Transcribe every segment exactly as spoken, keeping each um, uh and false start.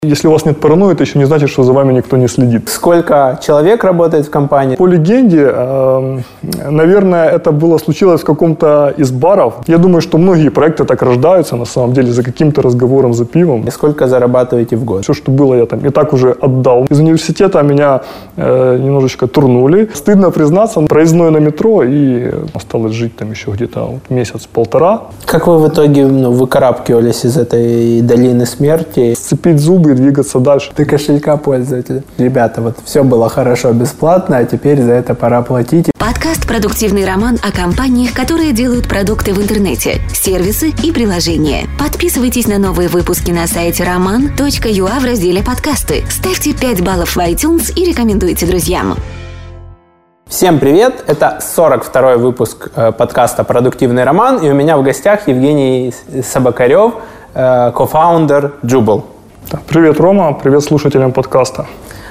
Если у вас нет паранойи, это еще не значит, что за вами никто не следит. Сколько человек работает в компании? По легенде, наверное, это было случилось в каком-то из баров. Я думаю, что многие проекты так рождаются, на самом деле, за каким-то разговором за пивом. И сколько зарабатываете в год? Все, что было, я там и так уже отдал. Из университета меня э, немножечко турнули. Стыдно признаться, проездной на метро, и осталось жить там еще где-то вот месяц-полтора. Как вы в итоге ну, выкарабкивались из этой долины смерти? Сцепить зубы и двигаться дальше. Ты кошелька пользователя. Ребята, вот все было хорошо, бесплатно, а теперь за это пора платить. Подкаст «Продуктивный роман» о компаниях, которые делают продукты в интернете, сервисы и приложения. Подписывайтесь на новые выпуски на сайте роман точка ю а в разделе «Подкасты». Ставьте пять баллов в iTunes и рекомендуйте друзьям. Всем привет! Это сорок второй выпуск э, подкаста «Продуктивный роман», и у меня в гостях Евгений Собакарев, э, кофаундер Jubl. Привет, Рома. Привет слушателям подкаста.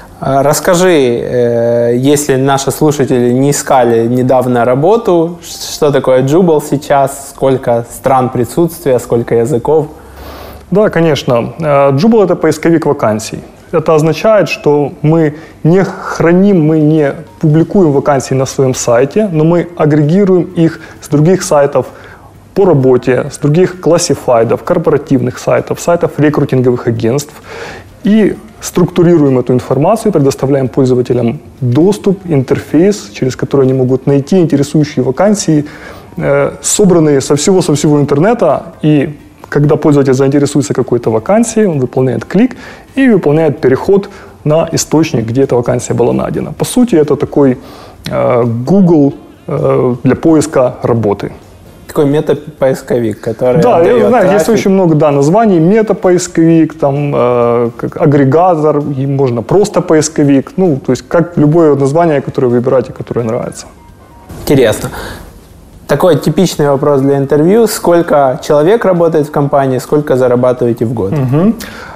Расскажи, если наши слушатели не искали недавно работу, что такое Jubl сейчас, сколько стран присутствия, сколько языков? Да, конечно. Jubl – это поисковик вакансий. Это означает, что мы не храним, мы не публикуем вакансии на своем сайте, но мы агрегируем их с других сайтов по работе, с других классифайдов, корпоративных сайтов, сайтов рекрутинговых агентств и структурируем эту информацию, предоставляем пользователям доступ, интерфейс, через который они могут найти интересующие вакансии, э, собранные со всего, со всего интернета. И когда пользователь заинтересуется какой-то вакансией, он выполняет клик и выполняет переход на источник, где эта вакансия была найдена. По сути, это такой э, Google э, для поиска работы. Такой мета-поисковик, который Да, я знаю, трафик. есть очень много да, названий. Мета-поисковик, там, э, как агрегатор, и можно просто поисковик. Ну, то есть, как любое название, которое вы выбираете, которое нравится. Интересно. Такой типичный вопрос для интервью. Сколько человек работает в компании, сколько зарабатываете в год? Угу.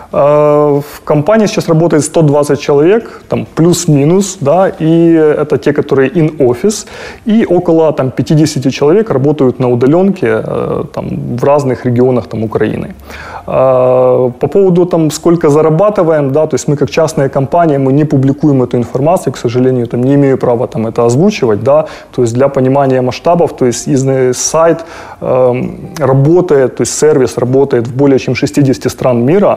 В компании сейчас работает сто двадцать человек, там, плюс-минус, да, и это те, которые in-office, и около там, пятьдесят человек работают на удаленке там, в разных регионах там, Украины. По поводу, там, сколько зарабатываем, да, то есть мы как частная компания, мы не публикуем эту информацию, к сожалению, там, не имею права там, это озвучивать, да, то есть для понимания масштабов, то есть сайт э, работает, то есть сервис работает в более чем шестидесяти стран мира,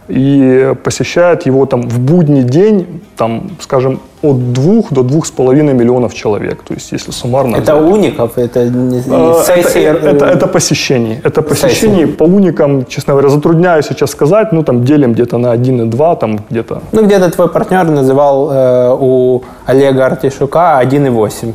и посещает его там в будний день, там, скажем, от двух до двух с половиной миллионов человек. То есть, если суммарно... Это взять, уников? Это не сессии? Это, это, это посещений. Это посещений по уникам, честно говоря, затрудняюсь сейчас сказать, ну, там, делим где-то на один и два, там, где-то... Ну, где-то твой партнер называл э, у Олега Артишука один и восемь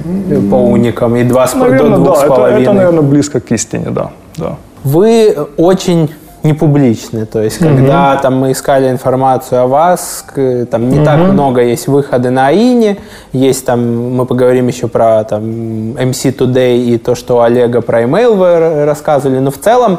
по уникам, и два наверное, до двух да, с половиной. Это, это, наверное, близко к истине, да. да. Вы очень... не публичны, то есть, mm-hmm. когда там мы искали информацию о вас, там не mm-hmm. так много есть выходы на АИНе, есть там, мы поговорим еще про там эм си Today и то, что у Олега про email вы рассказывали, но в целом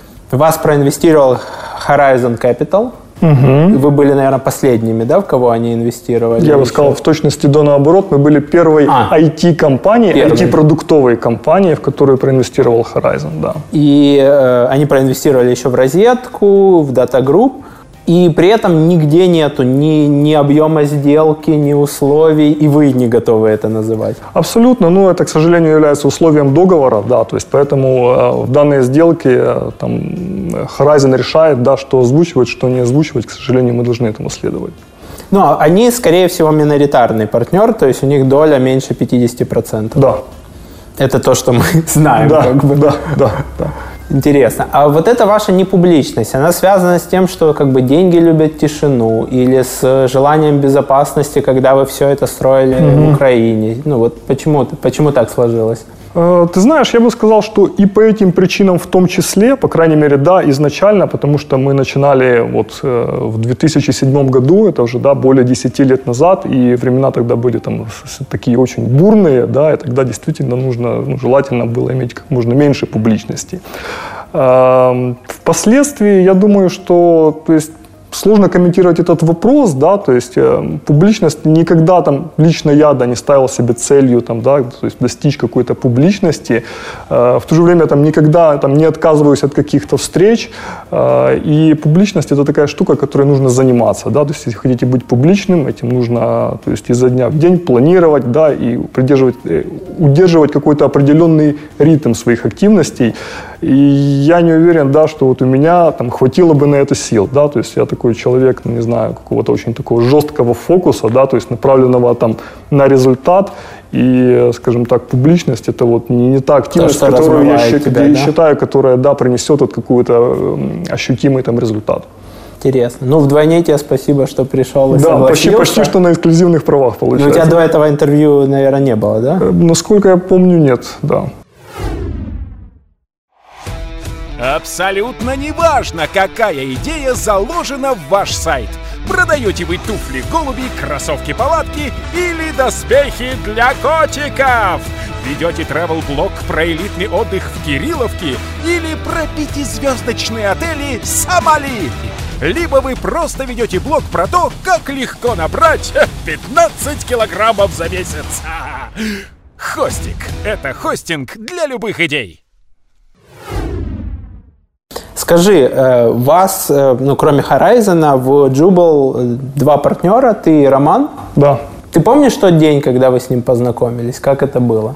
вас проинвестировал Horizon Capital. Угу. Вы были, наверное, последними, да, в кого они инвестировали? Я бы сказал, в точности до наоборот. Мы были первой а, ай ти-компанией, ай ти-продуктовой компанией, в которую проинвестировал Horizon, да. И э, они проинвестировали еще в розетку, в Data Group, и при этом нигде нету ни, ни объема сделки, ни условий, и вы не готовы это называть? Абсолютно, но это, к сожалению, является условием договора, да, то есть поэтому э, в данные сделки э, там, Horizon решает, да, что озвучивать, что не озвучивать, к сожалению, мы должны этому следовать. Ну, они, скорее всего, миноритарный партнер, то есть у них доля меньше пятьдесят процентов. Да. Это то, что мы знаем. Да, как бы. да, да, да. Интересно. А вот эта ваша непубличность, она связана с тем, что как бы деньги любят тишину, или с желанием безопасности, когда вы все это строили mm-hmm. в Украине? Ну вот почему, почему так сложилось? Ты знаешь, я бы сказал, что и по этим причинам в том числе, по крайней мере, да, изначально, потому что мы начинали вот в две тысячи седьмом году, это уже, да, более десяти лет назад, и времена тогда были там такие очень бурные, да, и тогда действительно нужно, ну, желательно было иметь как можно меньше публичности. Впоследствии, я думаю, что, то есть, сложно комментировать этот вопрос, да, то есть э, публичность никогда там, лично я, да, не ставил себе целью, там, да, то есть достичь какой-то публичности, э, в то же время там никогда там, не отказываюсь от каких-то встреч, э, и публичность это такая штука, которой нужно заниматься, да, то есть если хотите быть публичным, этим нужно, то есть изо дня в день планировать, да, и придерживать, э, удерживать какой-то определенный ритм своих активностей, и я не уверен, да, что вот у меня там хватило бы на это сил, да, то есть я такой человек, ну, не знаю, какого-то очень такого жесткого фокуса, да, то есть направленного там на результат, и, скажем так, публичность это вот не, не та активность, то, которую я считаю, тебя, да? считаю, которая, да, принесет вот какой-то э, ощутимый там результат. Интересно. Ну, вдвойне тебе спасибо, что пришел и Да, почти, почти что на эксклюзивных правах получается. Но у тебя до этого интервью, наверное, не было, да? Э, насколько я помню, нет, да. Абсолютно неважно, какая идея заложена в ваш сайт. Продаете вы туфли, голуби, кроссовки-палатки или доспехи для котиков? Ведете travel-блог про элитный отдых в Кирилловке или про пятизвездочные отели Сомали? Либо вы просто ведете блог про то, как легко набрать пятнадцать килограммов за месяц. Хостик – это хостинг для любых идей. Скажи, вас, ну, кроме Horizon, в Jubal два партнера, ты и Роман? Да. Ты помнишь тот день, когда вы с ним познакомились? Как это было?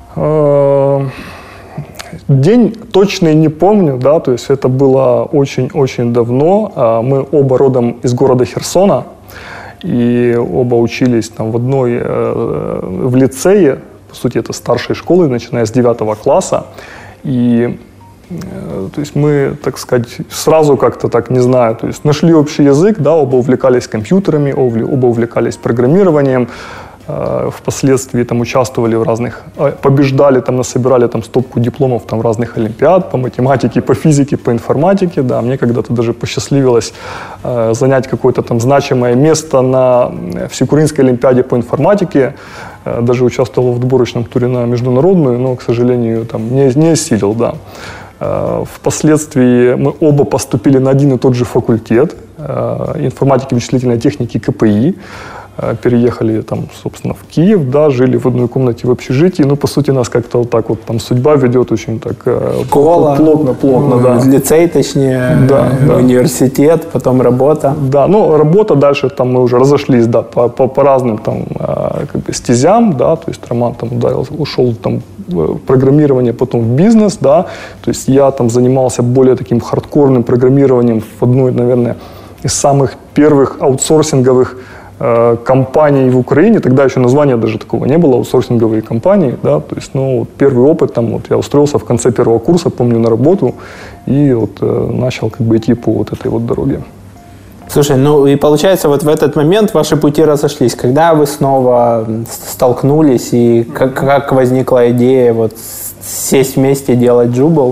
День точно не помню, да, то есть это было очень-очень давно. Мы оба родом из города Херсона, и оба учились там в одной, в лицее, по сути, это старшей школы, начиная с девятого класса. И то есть мы, так сказать, сразу как-то так, не знаю, то есть нашли общий язык, да, оба увлекались компьютерами, оба увлекались программированием, э, впоследствии там участвовали в разных, побеждали, там насобирали там стопку дипломов там разных олимпиад по математике, по физике, по информатике, да, мне когда-то даже посчастливилось э, занять какое-то там значимое место на Всеукраинской олимпиаде по информатике, э, даже участвовал в отборочном туре на международную, но, к сожалению, там не, не осилил, да. Впоследствии мы оба поступили на один и тот же факультет информатики и вычислительной техники ка пэ и. Переехали там, собственно, в Киев, да, жили в одной комнате в общежитии. Ну, по сути, нас как-то вот так вот там судьба ведет очень так Школа, плотно, плотно, да. Лицей, точнее, да, университет, потом работа. Да, ну, работа дальше, там мы уже разошлись, да, по, по, по разным там как бы стезям, да, то есть Роман там ударил, ушел там в программирование, потом в бизнес, да, то есть я там занимался более таким хардкорным программированием в одной, наверное, из самых первых аутсорсинговых компаний в Украине, тогда еще названия даже такого не было, аутсорсинговые компании, да, то есть, ну, вот первый опыт, там, вот я устроился в конце первого курса, помню, на работу, и вот э, начал как бы идти по вот этой вот дороге. Слушай, ну и получается, вот в этот момент ваши пути разошлись. Когда вы снова столкнулись, и как, как возникла идея вот сесть вместе, делать Jubal?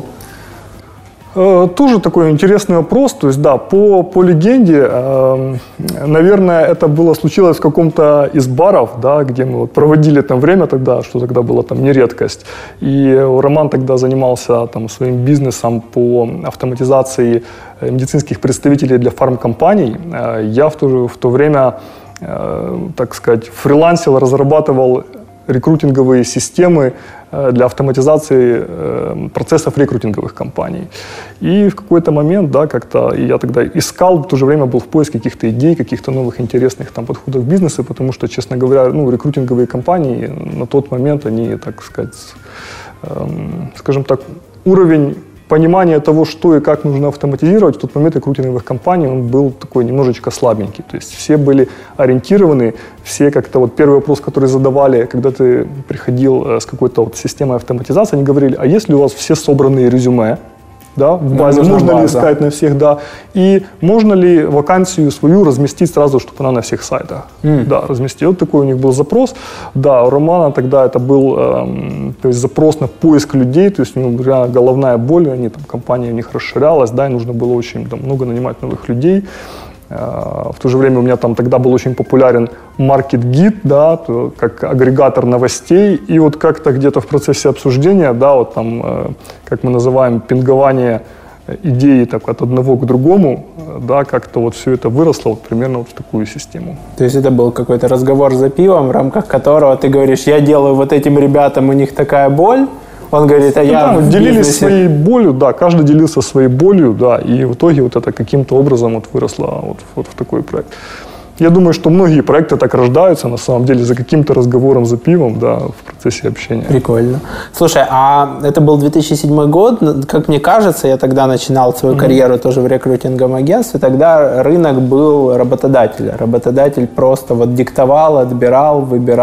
Тоже такой интересный вопрос. То есть, да, по, по легенде, э, наверное, это было случилось в каком-то из баров, да, где мы вот проводили там время тогда, что тогда была там не редкость. И Роман тогда занимался там своим бизнесом по автоматизации медицинских представителей для фармкомпаний. Я в то, в то время, э, так сказать, фрилансил, разрабатывал рекрутинговые системы для автоматизации э, процессов рекрутинговых компаний. И в какой-то момент, да, как-то я тогда искал, в то же время был в поиске каких-то идей, каких-то новых интересных там подходов к бизнесу, потому что, честно говоря, ну, рекрутинговые компании на тот момент, они, так сказать, э, скажем так, уровень понимание того, что и как нужно автоматизировать, в тот момент рекрутинговых компаний, он был такой немножечко слабенький. То есть все были ориентированы, все как-то вот первый вопрос, который задавали, когда ты приходил с какой-то вот системой автоматизации, они говорили, а есть ли у вас все собранные резюме, да, в базе, Нам можно база. ли искать на всех, да, и можно ли вакансию свою разместить сразу, чтобы она на всех сайтах, mm. да, разместить. Вот такой у них был запрос, да, у Романа тогда это был, эм, то есть запрос на поиск людей, то есть у него реально головная боль, они там, компания у них расширялась, да, и нужно было очень там, много нанимать новых людей. В то же время у меня там тогда был очень популярен MarketGit, да, как агрегатор новостей, и вот как-то где-то в процессе обсуждения, да, вот там, как мы называем, пингование идеи так, от одного к другому, да, как-то вот все это выросло вот примерно вот в такую систему. То есть это был какой-то разговор за пивом, в рамках которого ты говоришь, я делаю вот этим ребятам, у них такая боль, он говорит, а ну, я да, в делились бизнесе. своей болью, да, каждый делился своей болью, да, и в итоге вот это каким-то образом вот выросло вот, вот в такой проект. Я думаю, что многие проекты так рождаются, на самом деле, за каким-то разговором за пивом, да, в процессе общения. Прикольно. Слушай, а это был две тысячи седьмой год, как мне кажется, я тогда начинал свою mm-hmm. карьеру тоже в рекрутинговом агентстве, тогда рынок был работодателя. Работодатель просто вот диктовал, отбирал,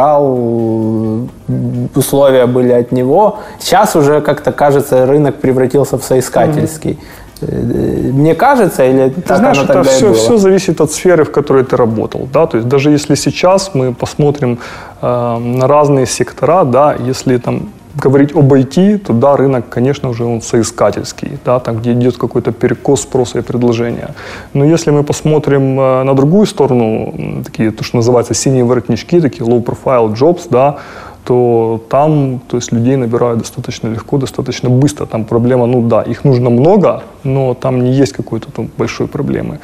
выбирал, условия были от него. Сейчас уже, как-то кажется, рынок превратился в соискательский. Mm-hmm. Мне кажется, или ты так знаешь, оно это тогда все, и было? все зависит от сферы, в которой ты работал. Да? То есть даже если сейчас мы посмотрим э, на разные сектора, да, если там говорить об ай ти, то да, рынок, конечно, уже он соискательский, да, там, где идет какой-то перекос спроса и предложения. Но если мы посмотрим э, на другую сторону, такие, то, что называется синие воротнички, такие low-profile jobs, да, то там, то есть, людей набирают достаточно легко, достаточно быстро. Там проблема, ну да, их нужно много, но там не есть какой-то там большой проблемы.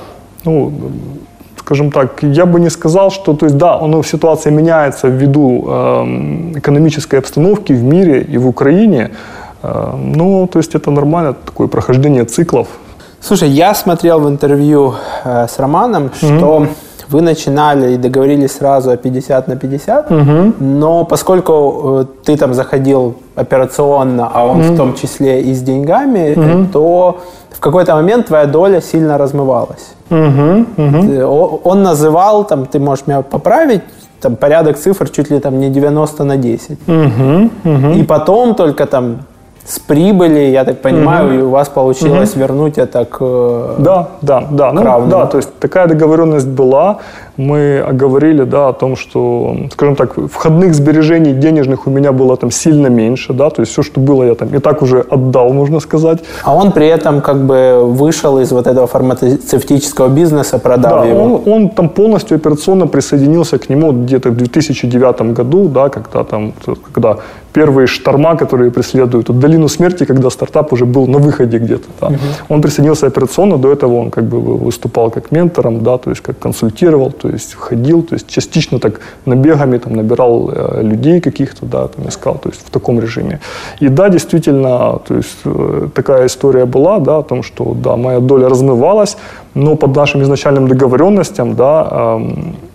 Ну, скажем так, я бы не сказал, что, то есть, да, оно, ситуация меняется ввиду э, экономической обстановки в мире и в Украине, э, но, то есть, это нормально, такое прохождение циклов. Слушай, я смотрел в интервью э, с Романом, mm-hmm. что вы начинали и договорились сразу о пятьдесят на пятьдесят, угу. но поскольку э, ты там заходил операционно, а он угу. в том числе и с деньгами, угу. то в какой-то момент твоя доля сильно размывалась. Угу. Угу. Он называл, там, ты можешь меня поправить, там, порядок цифр чуть ли там не девяносто на десять. Угу. Угу. И потом только там с прибыли, я так понимаю, угу. и у вас получилось угу. вернуть это к Да, да, да. Ну, да, то есть такая договоренность была. Мы оговорили, да, о том, что, скажем так, входных сбережений денежных у меня было там сильно меньше, да, то есть все, что было, я там и так уже отдал, можно сказать. А он при этом как бы вышел из вот этого фармацевтического бизнеса, продав да, его? Он, он там полностью операционно присоединился к нему где-то в две тысячи девятом году, да, когда там, когда первые шторма, которые преследуют вот, долину смерти, когда стартап уже был на выходе где-то. Да. Угу. Он присоединился операционно, до этого он как бы выступал как ментором, да, то есть как консультировал, то есть входил, то есть частично так набегами там, набирал э, людей каких-то, да, там искал, то есть в таком режиме. И да, действительно, то есть э, такая история была, да, о том, что да, моя доля размывалась, но под нашим изначальным договоренностям, да, э,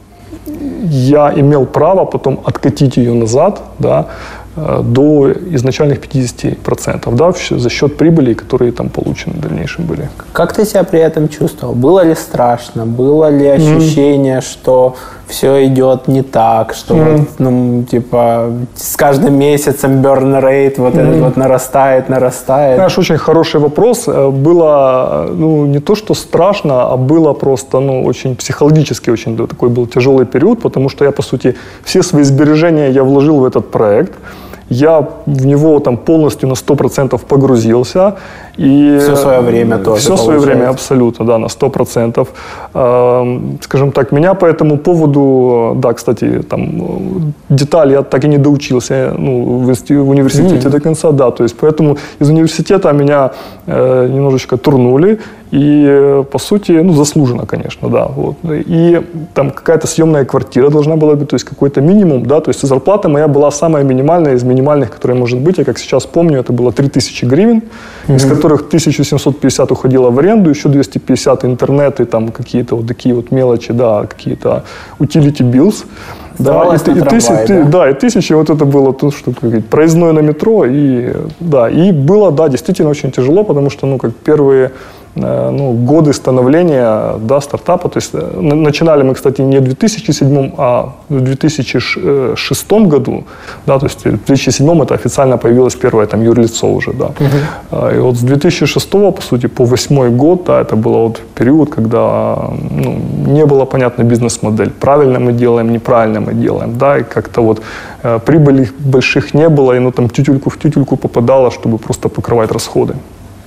я имел право потом откатить ее назад, да, до изначальных пятьдесят процентов, да, за счет прибыли, которые там получены в дальнейшем были. Как ты себя при этом чувствовал? Было ли страшно? Было ли ощущение, mm. что все идет не так, что mm. вот, ну, типа, с каждым месяцем burn rate вот mm. этот вот нарастает, нарастает? Знаешь, очень хороший вопрос. Было, ну, не то, что страшно, а было просто, ну, очень психологически, очень да, такой был тяжелый период, потому что я, по сути, все свои сбережения я вложил в этот проект. Я в него там полностью на сто процентов погрузился. И все свое время тоже, Все свое время, абсолютно, да, на сто процентов. Скажем так, меня по этому поводу, да, кстати, там, детали я так и не доучился, ну, в университете mm-hmm. до конца, да, то есть поэтому из университета меня э, немножечко турнули. И, по сути, ну, заслуженно, конечно, да. Вот. И там какая-то съемная квартира должна была быть, то есть какой-то минимум, да, то есть зарплата моя была самая минимальная из минимальных, которая может быть. Я, как сейчас помню, это было три тысячи гривен, mm-hmm. из которых тысяча семьсот пятьдесят уходило в аренду, еще двести пятьдесят интернет и там какие-то вот такие вот мелочи, да, какие-то utility bills. Да, и, и, трамвай, тысяч, да? да, и тысячи, вот это было то, что говорить, проездное на метро, и да, и было, да, действительно очень тяжело, потому что, ну, как первые ну, годы становления, да, стартапа. То есть начинали мы, кстати, не в две тысячи седьмом, а в две тысячи шестом году. Да, то есть в две тысячи седьмом это официально появилось первое там, юрлицо уже. Да. Uh-huh. И вот с две тысячи шестого, по сути, по восьмой год, да, это был вот период, когда ну, не было понятна бизнес-модель. Правильно мы делаем, неправильно мы делаем. Да, и как-то вот э, прибылей больших не было, и ну, там тютельку в тютельку попадало, чтобы просто покрывать расходы.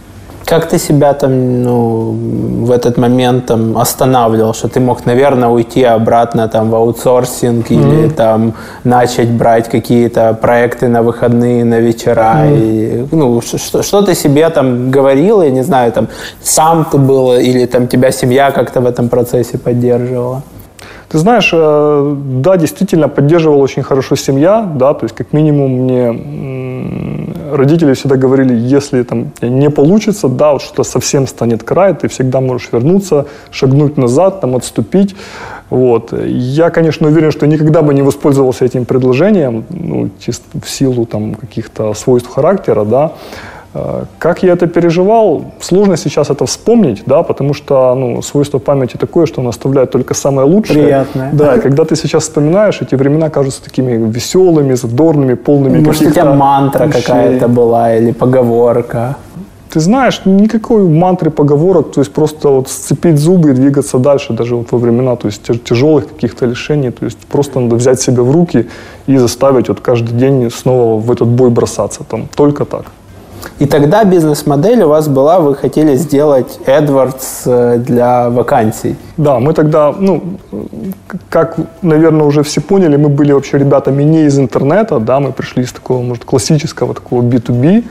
Как ты себя там, ну, в этот момент там останавливал, что ты мог, наверное, уйти обратно там в аутсорсинг mm-hmm. или там начать брать какие-то проекты на выходные, на вечера? Mm-hmm. И, ну, что, что ты себе там говорил, я не знаю, там сам ты был или там тебя семья как-то в этом процессе поддерживала? Ты знаешь, да, действительно поддерживала очень хорошо семья, да, то есть как минимум мне родители всегда говорили, если там не получится, да, вот что совсем станет край, ты всегда можешь вернуться, шагнуть назад, там отступить. Вот. Я, конечно, уверен, что никогда бы не воспользовался этим предложением, ну, чисто в силу там каких-то свойств характера, да. Как я это переживал, сложно сейчас это вспомнить, да, потому что ну, свойство памяти такое, что он оставляет только самое лучшее. Приятное. Да, когда ты сейчас вспоминаешь, эти времена кажутся такими веселыми, задорными, полными Может, каких-то... у тебя мантра вещей. Какая-то была или поговорка? Ты знаешь, никакой мантры, поговорок, то есть просто вот сцепить зубы и двигаться дальше, даже вот во времена то есть, тяжелых каких-то лишений, то есть просто надо взять себя в руки и заставить вот каждый день снова в этот бой бросаться, там, только так. И тогда бизнес-модель у вас была, вы хотели сделать AdWords для вакансий. Да, мы тогда, ну, как, наверное, уже все поняли, мы были вообще ребятами не из интернета, да, мы пришли из такого, может, классического такого би ту би,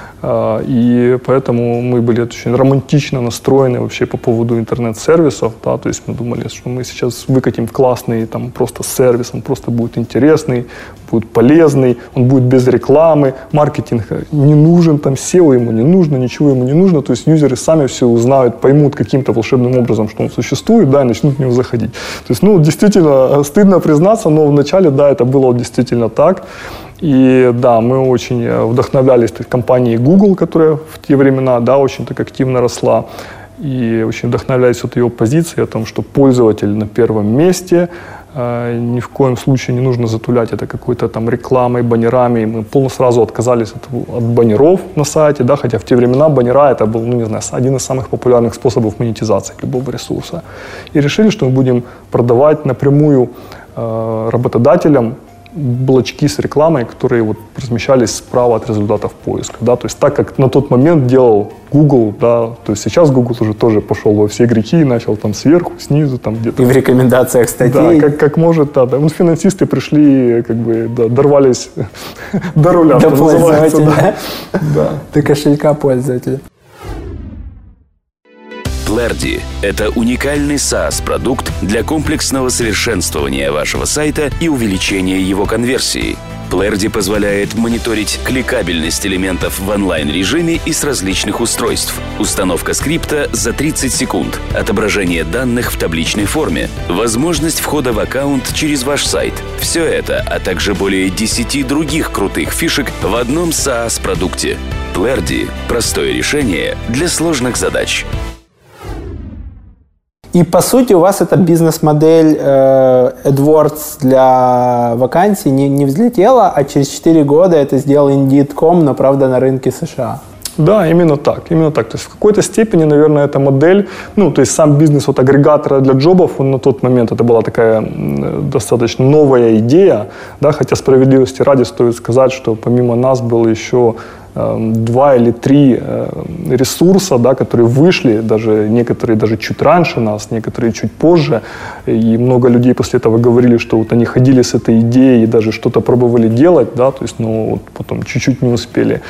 и поэтому мы были очень романтично настроены вообще по поводу интернет-сервисов, да, то есть мы думали, что мы сейчас выкатим классный там просто сервис, он просто будет интересный, будет полезный, он будет без рекламы, маркетинг не нужен, там сео ему не нужно, ничего ему не нужно, то есть юзеры сами все узнают, поймут каким-то волшебным образом, что он существует, да, и начнут в него заходить. То есть, ну, действительно, стыдно признаться, но вначале, да, это было действительно так. И да, мы очень вдохновлялись компанией Google, которая в те времена, да, очень так активно росла. И очень вдохновлялись от ее позиции о том, что пользователь на первом месте, э, ни в коем случае не нужно затулять это какой-то там рекламой, баннерами. Мы полностью сразу отказались от, от баннеров на сайте, да, хотя в те времена баннера это был, ну не знаю, один из самых популярных способов монетизации любого ресурса. И решили, что мы будем продавать напрямую э, работодателям блочки с рекламой, которые вот размещались справа от результатов поиска, да, то есть так, как на тот момент делал Google, да, то есть сейчас Google уже тоже пошел во все грехи и начал там сверху, снизу, там где-то. И в рекомендациях статей. Да, как, как может, да, да. Ну, финансисты пришли, как бы, да, дорвались до руля, что называется, да. Да. До кошелька пользователя. Plurdy – это уникальный SaaS-продукт для комплексного совершенствования вашего сайта и увеличения его конверсии. Plurdy позволяет мониторить кликабельность элементов в онлайн-режиме и с различных устройств. Установка скрипта за тридцать секунд, отображение данных в табличной форме, возможность входа в аккаунт через ваш сайт. Все это, а также более десяти других крутых фишек в одном SaaS-продукте. Plurdy – простое решение для сложных задач. И, по сути, у вас эта бизнес-модель э, AdWords для вакансий не, не взлетела, а через четыре года это сделал Indeed точка ком, но, правда, на рынке США. Да, именно так, именно так. То есть в какой-то степени, наверное, эта модель, ну, то есть сам бизнес вот агрегатора для джобов, он на тот момент, это была такая достаточно новая идея, да, хотя справедливости ради стоит сказать, что помимо нас было еще два или три ресурса, да, которые вышли, даже некоторые даже чуть раньше нас, некоторые чуть позже, и много людей после этого говорили, что вот они ходили с этой идеей и даже что-то пробовали делать, да, то есть, но вот потом чуть-чуть не успели.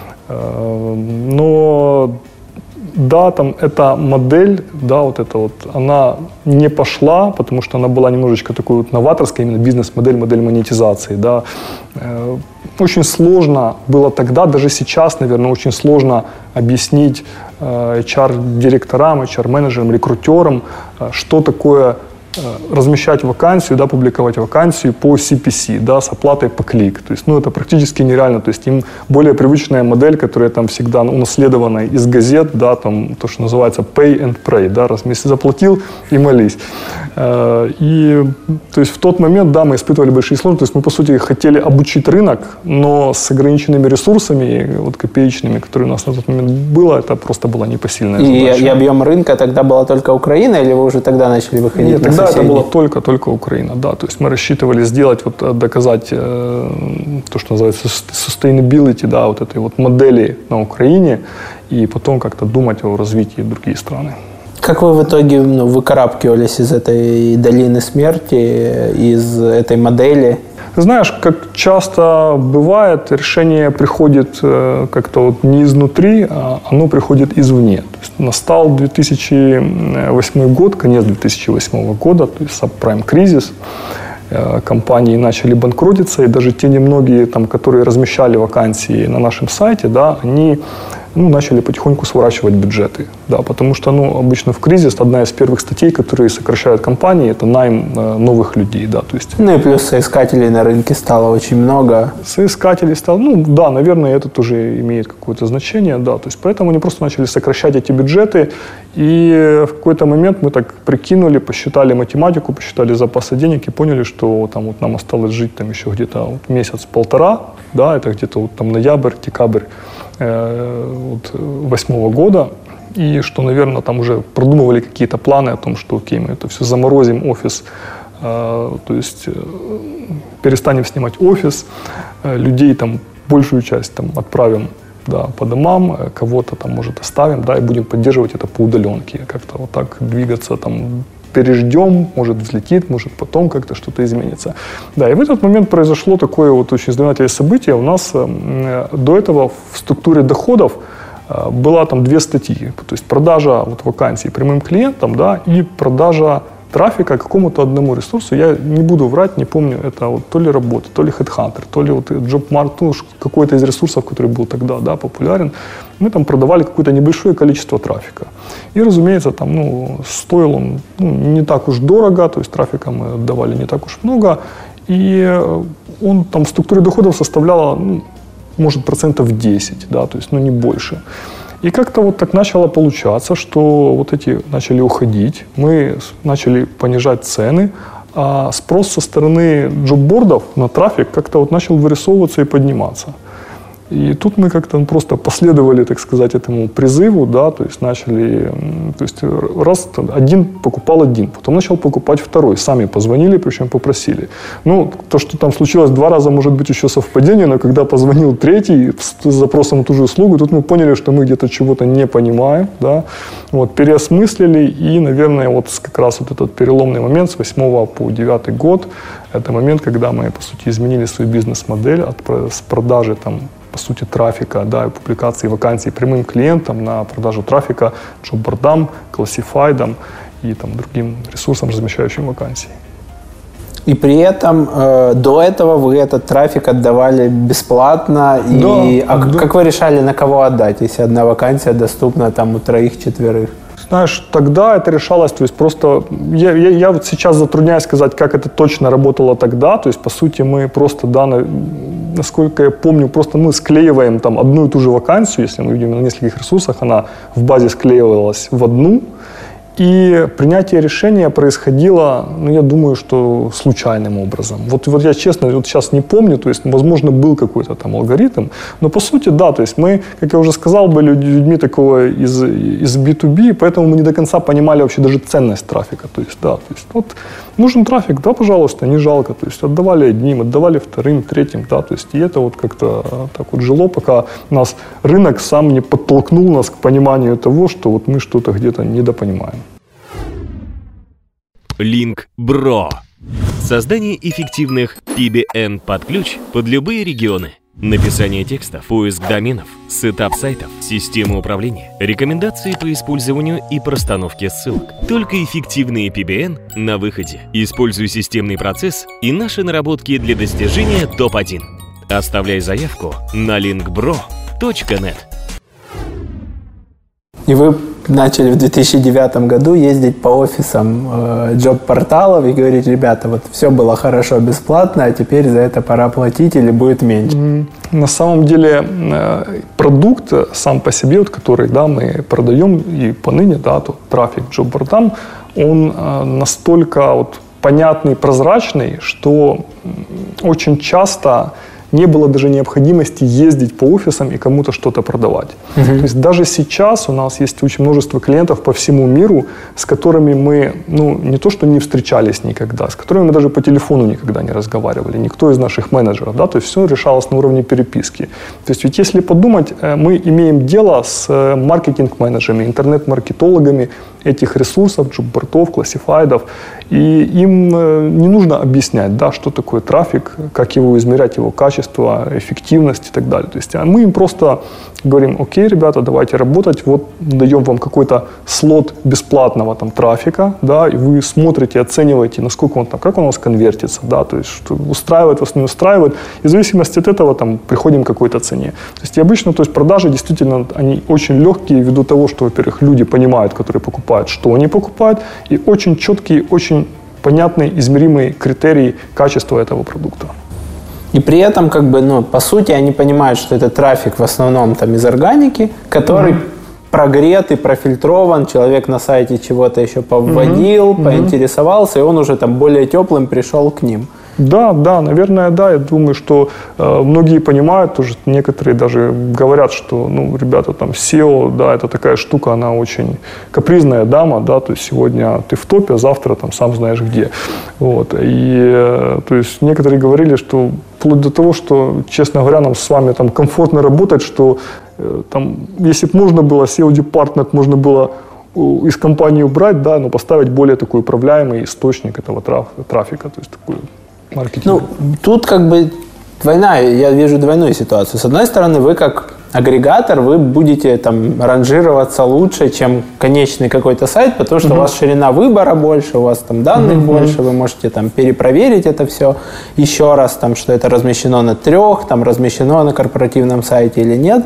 Но да, там эта модель, да, вот эта вот, она не пошла, потому что она была немножечко такой вот новаторской, именно бизнес-модель, модель монетизации, да. Очень сложно было тогда, даже сейчас, наверное, очень сложно объяснить эйч ар-директорам, эйч ар-менеджерам, рекрутерам, что такое размещать вакансию, да, публиковать вакансию по си пи си, да, с оплатой по клик. То есть, ну, это практически нереально. То есть, им более привычная модель, которая там всегда унаследована из газет, да, там, то, что называется pay and pray, да, раз в месяц заплатил и молись. И, то есть, в тот момент, да, мы испытывали большие сложности. То есть, мы, по сути, хотели обучить рынок, но с ограниченными ресурсами, вот копеечными, которые у нас на тот момент было, это просто была непосильная задача. И, и объем рынка тогда была только Украина, или вы уже тогда начали выходить? Нет, на тогда соседей? Это была только, только Украина, да. То есть мы рассчитывали сделать, вот, доказать э, то, что называется sustainability, да, вот этой вот модели на Украине. и потом как-то думать о развитии других стран. Как вы в итоге ну, выкарабкивались из этой долины смерти, из этой модели? Знаешь, как часто бывает, решение приходит э, как-то вот не изнутри, а оно приходит извне. То есть настал две тысячи восьмой год, конец две тысячи восьмого года, то есть сабпрайм-кризис. Э, компании начали банкротиться, и даже те немногие, там, которые размещали вакансии на нашем сайте, да, они ну, начали потихоньку сворачивать бюджеты. Да, потому что ну, обычно в кризис одна из первых статей, которые сокращают компании, это найм э, новых людей. Да, то есть, ну и плюс соискателей на рынке стало очень много. Соискателей стало, ну да, наверное, это тоже имеет какое-то значение. Да, то есть, поэтому они просто начали сокращать эти бюджеты. И в какой-то момент мы так прикинули, посчитали математику, посчитали запасы денег и поняли, что там, вот, нам осталось жить там, еще где-то вот, месяц-полтора, да, это где-то вот, там, ноябрь, декабрь восьмого года, и что, наверное, там уже продумывали какие-то планы о том, что окей, мы это все заморозим, офис, э, то есть э, перестанем снимать офис, э, людей там большую часть там отправим да, по домам, э, кого-то там, может, оставим, да, и будем поддерживать это по удаленке, как-то вот так двигаться там, переждем, может взлетит, может потом как-то что-то изменится. Да, и в этот момент произошло такое вот очень знаменательное событие. У нас э, до этого в структуре доходов э, была там две статьи. То есть продажа вот, вакансий прямым клиентам, да, и продажа трафика какому-то одному ресурсу. Я не буду врать, не помню, это вот то ли работа, то ли HeadHunter, то ли вот JobMart, ну, какой-то из ресурсов, который был тогда да, популярен. Мы там продавали какое-то небольшое количество трафика. И, разумеется, там, ну, стоил он ну, не так уж дорого, то есть трафика мы отдавали не так уж много. И он там в структуре доходов составлял, ну, может, процентов десять, да, то есть, ну, не больше. И как-то вот так начало получаться, что вот эти начали уходить, мы начали понижать цены, а спрос со стороны джоббордов на трафик как-то вот начал вырисовываться и подниматься. И тут мы как-то просто последовали, так сказать, этому призыву, да, то есть начали, то есть раз один покупал один, потом начал покупать второй, сами позвонили, причем попросили. Ну, то, что там случилось два раза, может быть, еще совпадение, но когда позвонил третий с запросом на ту же услугу, тут мы поняли, что мы где-то чего-то не понимаем, да, вот, переосмыслили, и, наверное, вот как раз вот этот переломный момент с восьмого по девятый год, это момент, когда мы, по сути, изменили свою бизнес-модель от, с продажи, там, по сути, трафика, да, и публикации вакансий прямым клиентам на продажу трафика джоббордам, классифайдам и там, другим ресурсам, размещающим вакансии. И при этом э, до этого вы этот трафик отдавали бесплатно. И, да, а да. Как вы решали, на кого отдать, если одна вакансия доступна там, у троих-четверых? Знаешь, тогда это решалось, то есть просто, я, я, я вот сейчас затрудняюсь сказать, как это точно работало тогда, то есть, по сути, мы просто, да, на, насколько я помню, просто мы склеиваем там одну и ту же вакансию, если мы видим на нескольких ресурсах, она в базе склеивалась в одну, и принятие решения происходило, ну, я думаю, что случайным образом. Вот, вот я честно вот сейчас не помню, то есть, возможно, был какой-то там алгоритм, но по сути, да, то есть мы, как я уже сказал, были людьми такого из, из би ту би, поэтому мы не до конца понимали вообще даже ценность трафика. То есть, да, то есть, вот нужен трафик, да, пожалуйста, не жалко. То есть, отдавали одним, отдавали вторым, третьим, да, то есть, и это вот как-то так вот жило, пока нас рынок сам не подтолкнул нас к пониманию того, что вот мы что-то где-то недопонимаем. Линк.Бро. Создание эффективных пи би эн под ключ под любые регионы. Написание текстов, поиск доменов, сетап сайтов, система управления, рекомендации по использованию и простановке ссылок. Только эффективные пи би эн на выходе. Используй системный процесс и наши наработки для достижения топ один. Оставляй заявку на линк бро точка нет. И вы начали в две тысячи девятом году ездить по офисам э, джоб-порталов и говорить: ребята, вот все было хорошо бесплатно, а теперь за это пора платить или будет меньше. На самом деле э, продукт сам по себе, вот, который да, мы продаем и поныне, да, тот трафик джоб-порталам, он э, настолько вот, понятный, прозрачный, что очень часто не было даже необходимости ездить по офисам и кому-то что-то продавать. Uh-huh. То есть даже сейчас у нас есть очень множество клиентов по всему миру, с которыми мы, ну, не то что не встречались никогда, с которыми мы даже по телефону никогда не разговаривали, никто из наших менеджеров, да, то есть все решалось на уровне переписки. То есть ведь если подумать, мы имеем дело с маркетинг-менеджерами, интернет-маркетологами этих ресурсов, джоб-бортов, классифайдов, и им не нужно объяснять, да, что такое трафик, как его измерять, его качество, эффективность и так далее. То есть мы им просто говорим: окей, ребята, давайте работать, вот даем вам какой-то слот бесплатного там трафика, да, и вы смотрите, оцениваете, насколько он там, как он у вас конвертится, да, то есть что устраивает вас, не устраивает, и в зависимости от этого там приходим к какой-то цене. То есть и обычно, то есть продажи действительно, они очень легкие ввиду того, что, во-первых, люди понимают, которые покупают, что они покупают, и очень четкие, очень понятные, измеримые критерии качества этого продукта. И при этом, как бы, ну, по сути, они понимают, что это трафик в основном там из органики, который mm-hmm. прогрет и профильтрован, человек на сайте чего-то еще повводил, mm-hmm. поинтересовался, и он уже там более теплым пришел к ним. Да, да, наверное, да. Я думаю, что э, многие понимают, тоже некоторые даже говорят, что, ну, ребята, там, сео, да, это такая штука, она очень капризная дама, да, то есть сегодня ты в топе, а завтра там сам знаешь где. Вот. И, э, то есть некоторые говорили, что вплоть до того, что, честно говоря, нам с вами там комфортно работать, что э, там, если бы можно было сео-департмент, можно было из компании убрать, да, но поставить более такой управляемый источник этого траф, трафика, то есть такой маркетинг. Ну, тут как бы двойная, я вижу двойную ситуацию. С одной стороны, вы как агрегатор, вы будете там ранжироваться лучше, чем конечный какой-то сайт, потому что uh-huh. у вас ширина выбора больше, у вас там данных uh-huh. больше, вы можете там перепроверить это все еще раз, там, что это размещено на трех, там размещено на корпоративном сайте или нет.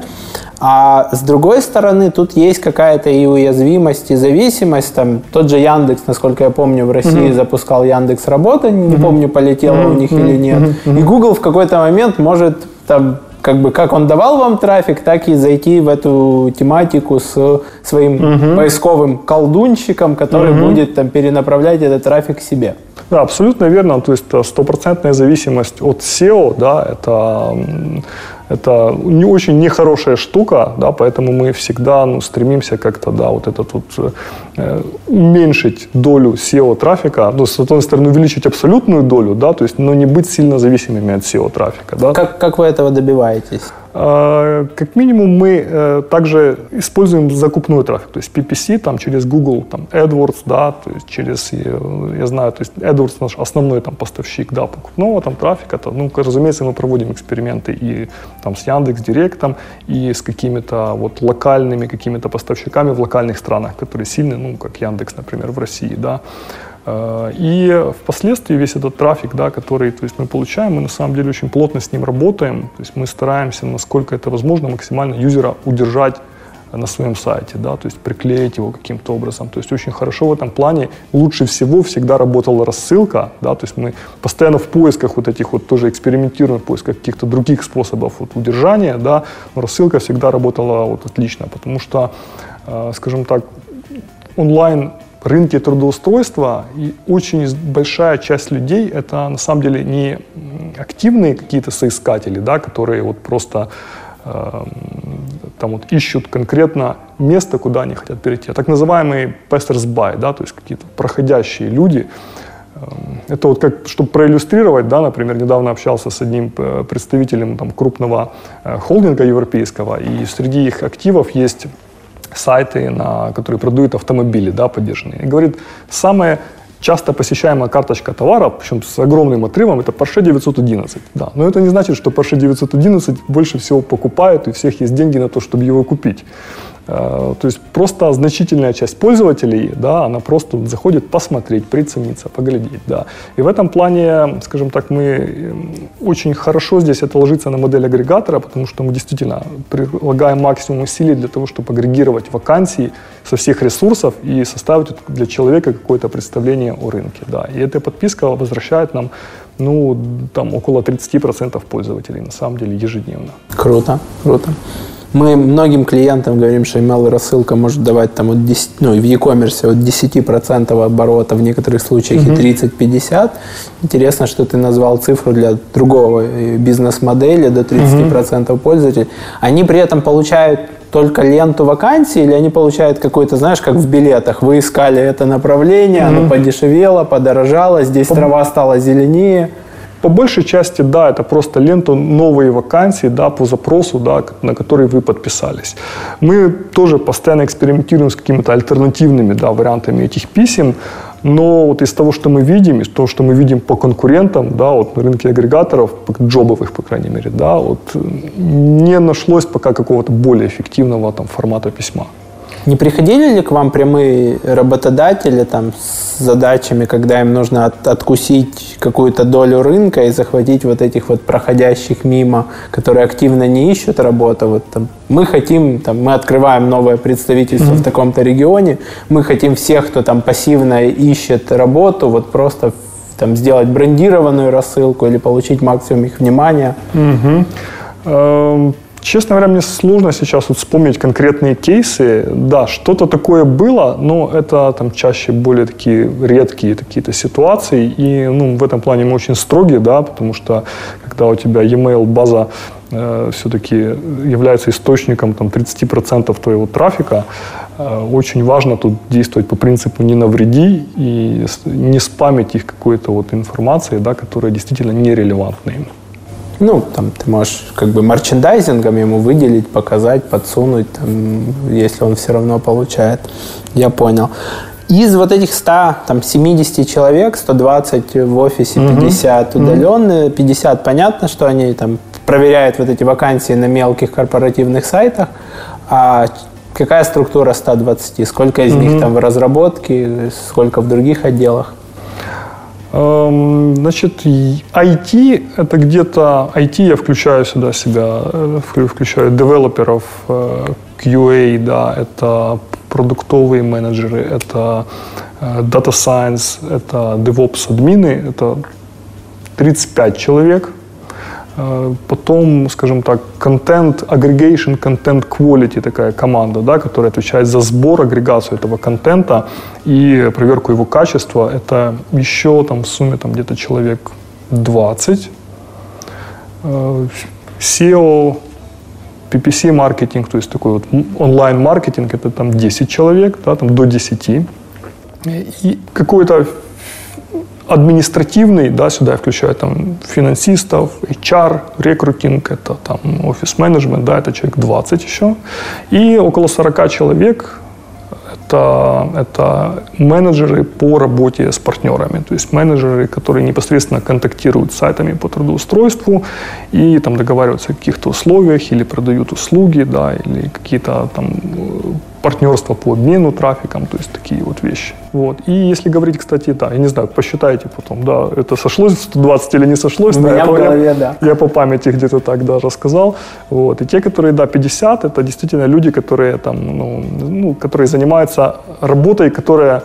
А с другой стороны, тут есть какая-то и уязвимость, и зависимость. Там, тот же Яндекс, насколько я помню, в России mm-hmm. запускал Яндекс Работа, не mm-hmm. помню, полетело mm-hmm. у них mm-hmm. или нет. Mm-hmm. И Google в какой-то момент может, там, как бы, как он давал вам трафик, так и зайти в эту тематику с своим mm-hmm. поисковым колдунщиком, который mm-hmm. будет там перенаправлять этот трафик к себе. Да, абсолютно верно. То есть стопроцентная зависимость от сео, да, это... Это не очень нехорошая штука, да, поэтому мы всегда, ну, стремимся как-то, да, вот этот вот э, уменьшить долю сео-трафика, ну, с одной стороны, увеличить абсолютную долю, да, то есть, но не быть сильно зависимыми от сео-трафика. Да. Как, как вы этого добиваетесь? Э, как минимум мы э, также используем закупной трафик, то есть пи пи си там, через Google, там, AdWords, да, то есть через, я знаю, то есть AdWords наш основной там, поставщик, да, покупного там, трафика, это, ну, разумеется, мы проводим эксперименты и там, с Яндекс.Директом и с какими-то вот локальными какими-то поставщиками в локальных странах, которые сильны, ну, как Яндекс, например, в России, да. И впоследствии весь этот трафик, да, который, то есть, мы получаем, мы на самом деле очень плотно с ним работаем, то есть мы стараемся, насколько это возможно, максимально юзера удержать на своем сайте, да, то есть приклеить его каким-то образом. То есть очень хорошо в этом плане. Лучше всего всегда работала рассылка, да, то есть мы постоянно в поисках вот этих вот тоже экспериментируем в поисках каких-то других способов вот удержания, да, но рассылка всегда работала вот отлично, потому что, э, скажем так, онлайн рынке трудоустройства и очень большая часть людей это на самом деле не активные какие-то соискатели, да, которые вот просто там вот ищут конкретно место, куда они хотят перейти. А так называемые passers-by, да, то есть какие-то проходящие люди. Это вот как, чтобы проиллюстрировать, да, например, недавно общался с одним представителем там, крупного холдинга европейского, и среди их активов есть сайты, на, которые продают автомобили, да, поддержанные. И говорит, самое часто посещаемая карточка товара, причем с огромным отрывом, это Porsche девятьсот одиннадцать. Да. Но это не значит, что Porsche девятьсот одиннадцать больше всего покупают, и у всех есть деньги на то, чтобы его купить. То есть просто значительная часть пользователей, да, она просто заходит посмотреть, прицениться, поглядеть. Да. И в этом плане, скажем так, мы очень хорошо здесь это ложится на модель агрегатора, потому что мы действительно прилагаем максимум усилий для того, чтобы агрегировать вакансии со всех ресурсов и составить для человека какое-то представление о рынке. Да. И эта подписка возвращает нам, ну, там, около тридцать процентов пользователей, на самом деле, ежедневно. Круто, круто. Мы многим клиентам говорим, что email-рассылка может давать там, от десять, ну, в e-commerce от десять процентов оборота, в некоторых случаях mm-hmm. и тридцать-пятьдесят. Интересно, что ты назвал цифру для другого бизнес-модели, до тридцать процентов mm-hmm. пользователей. Они при этом получают только ленту вакансий, или они получают какой-то, знаешь, как в билетах. Вы искали это направление, mm-hmm. оно подешевело, подорожало, здесь По... трава стала зеленее. По большей части, да, это просто лента новые вакансии, да, по запросу, да, на который вы подписались. Мы тоже постоянно экспериментируем с какими-то альтернативными, да, вариантами этих писем, но вот из того, что мы видим, из того, что мы видим по конкурентам, да, вот на рынке агрегаторов, джобовых, по крайней мере, да, вот не нашлось пока какого-то более эффективного там формата письма. Не приходили ли к вам прямые работодатели там, с задачами, когда им нужно от, откусить какую-то долю рынка и захватить вот этих вот проходящих мимо, которые активно не ищут работу? Вот, там, мы хотим, там, мы открываем новое представительство mm-hmm. в таком-то регионе, мы хотим всех, кто там пассивно ищет работу, вот просто там, сделать брендированную рассылку или получить максимум их внимания. Mm-hmm. Um... Честно говоря, мне сложно сейчас вот вспомнить конкретные кейсы. Да, что-то такое было, но это там чаще более такие редкие какие-то ситуации. И ну, в этом плане мы очень строги, да, потому что когда у тебя e-mail база э, все-таки является источником там, тридцать процентов твоего трафика, э, очень важно тут действовать по принципу «не навреди» и не спамить их какой-то вот информацией, да, которая действительно нерелевантна им. Ну, там ты можешь как бы мерчендайзингом ему выделить, показать, подсунуть, там, если он все равно получает. Я понял. Из вот этих ста семидесяти человек, сто двадцать в офисе, пятьдесят mm-hmm. удаленные, пятьдесят понятно, что они там проверяют вот эти вакансии на мелких корпоративных сайтах. А какая структура ста двадцати? Сколько из mm-hmm. них там в разработке, сколько в других отделах? Значит, ай ти – это где-то… ай ти я включаю сюда себя, включаю девелоперов, кью эй, да, это продуктовые менеджеры, это Data Science, это DevOps админы, это тридцать пять человек. Потом, скажем так, Content Aggregation, Content Quality, такая команда, да, которая отвечает за сбор, агрегацию этого контента и проверку его качества. Это еще там, в сумме там, где-то человек двадцать. сео, пи пи си-маркетинг, то есть такой вот онлайн-маркетинг, это там десять человек, да, там до десяти. И какой-то административный, да, сюда я включаю там финансистов, эйч ар, рекрутинг, это там офис-менеджмент, да, это человек двадцать еще. И около сорок человек это, это менеджеры по работе с партнерами, то есть менеджеры, которые непосредственно контактируют с сайтами по трудоустройству и там договариваются о каких-то условиях или продают услуги, да, или какие-то там партнерства по обмену трафиком, то есть такие вот вещи. Вот. И если говорить, кстати, да, я не знаю, посчитайте потом, да, это сошлось сто двадцать или не сошлось. У да, меня я, в голове, я, да. Я по памяти где-то так, да, рассказал. Вот. И те, которые, да, пятьдесят, это действительно люди, которые там, ну, ну, которые занимаются работой, которая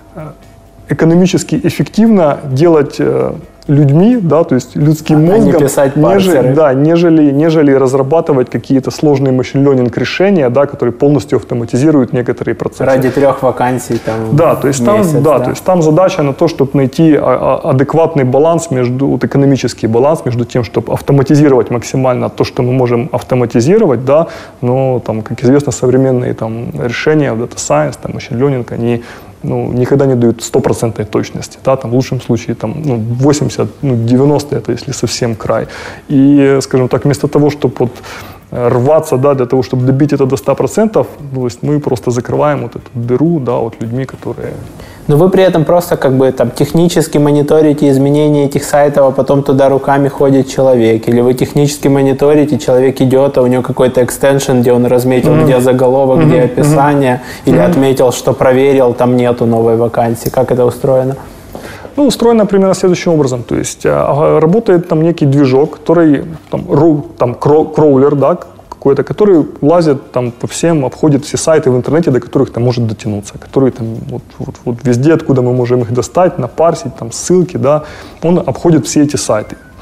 экономически эффективно делать людьми, да, то есть людским а мозгом, не писать нежели, да, нежели, нежели разрабатывать какие-то сложные машин-ленинг решения, да, которые полностью автоматизируют некоторые процессы. Ради трех вакансий там да, то есть месяц, там, да, да, то есть там задача на то, чтобы найти адекватный баланс между, вот, экономический баланс между тем, чтобы автоматизировать максимально то, что мы можем автоматизировать, да, но там, как известно, современные там решения, Data Science, там, машин-ленинг, они ну, никогда не дают стопроцентной точности. Да? Там, в лучшем случае там, ну, восемьдесят, ну, девяносто это если совсем край. И, скажем так, вместо того, чтобы вот рваться, да, для того, чтобы добить это до ста процентов, то есть мы просто закрываем вот эту дыру, да, вот людьми, которые… Но вы при этом просто как бы там технически мониторите изменения этих сайтов, а потом туда руками ходит человек. Или вы технически мониторите, человек идет, а у него какой-то экстеншн, где он разметил, mm-hmm. где заголовок, mm-hmm. где описание, mm-hmm. или mm-hmm. отметил, что проверил, там нету новой вакансии. Как это устроено? Ну, устроено примерно следующим образом. То есть работает там некий движок, который, там, ру, там кроулер, да, какой-то, который лазит там по всем, обходит все сайты в интернете, до которых там может дотянуться, которые там вот, вот, вот везде, откуда мы можем их достать, напарсить, там ссылки, да, он обходит все эти сайты.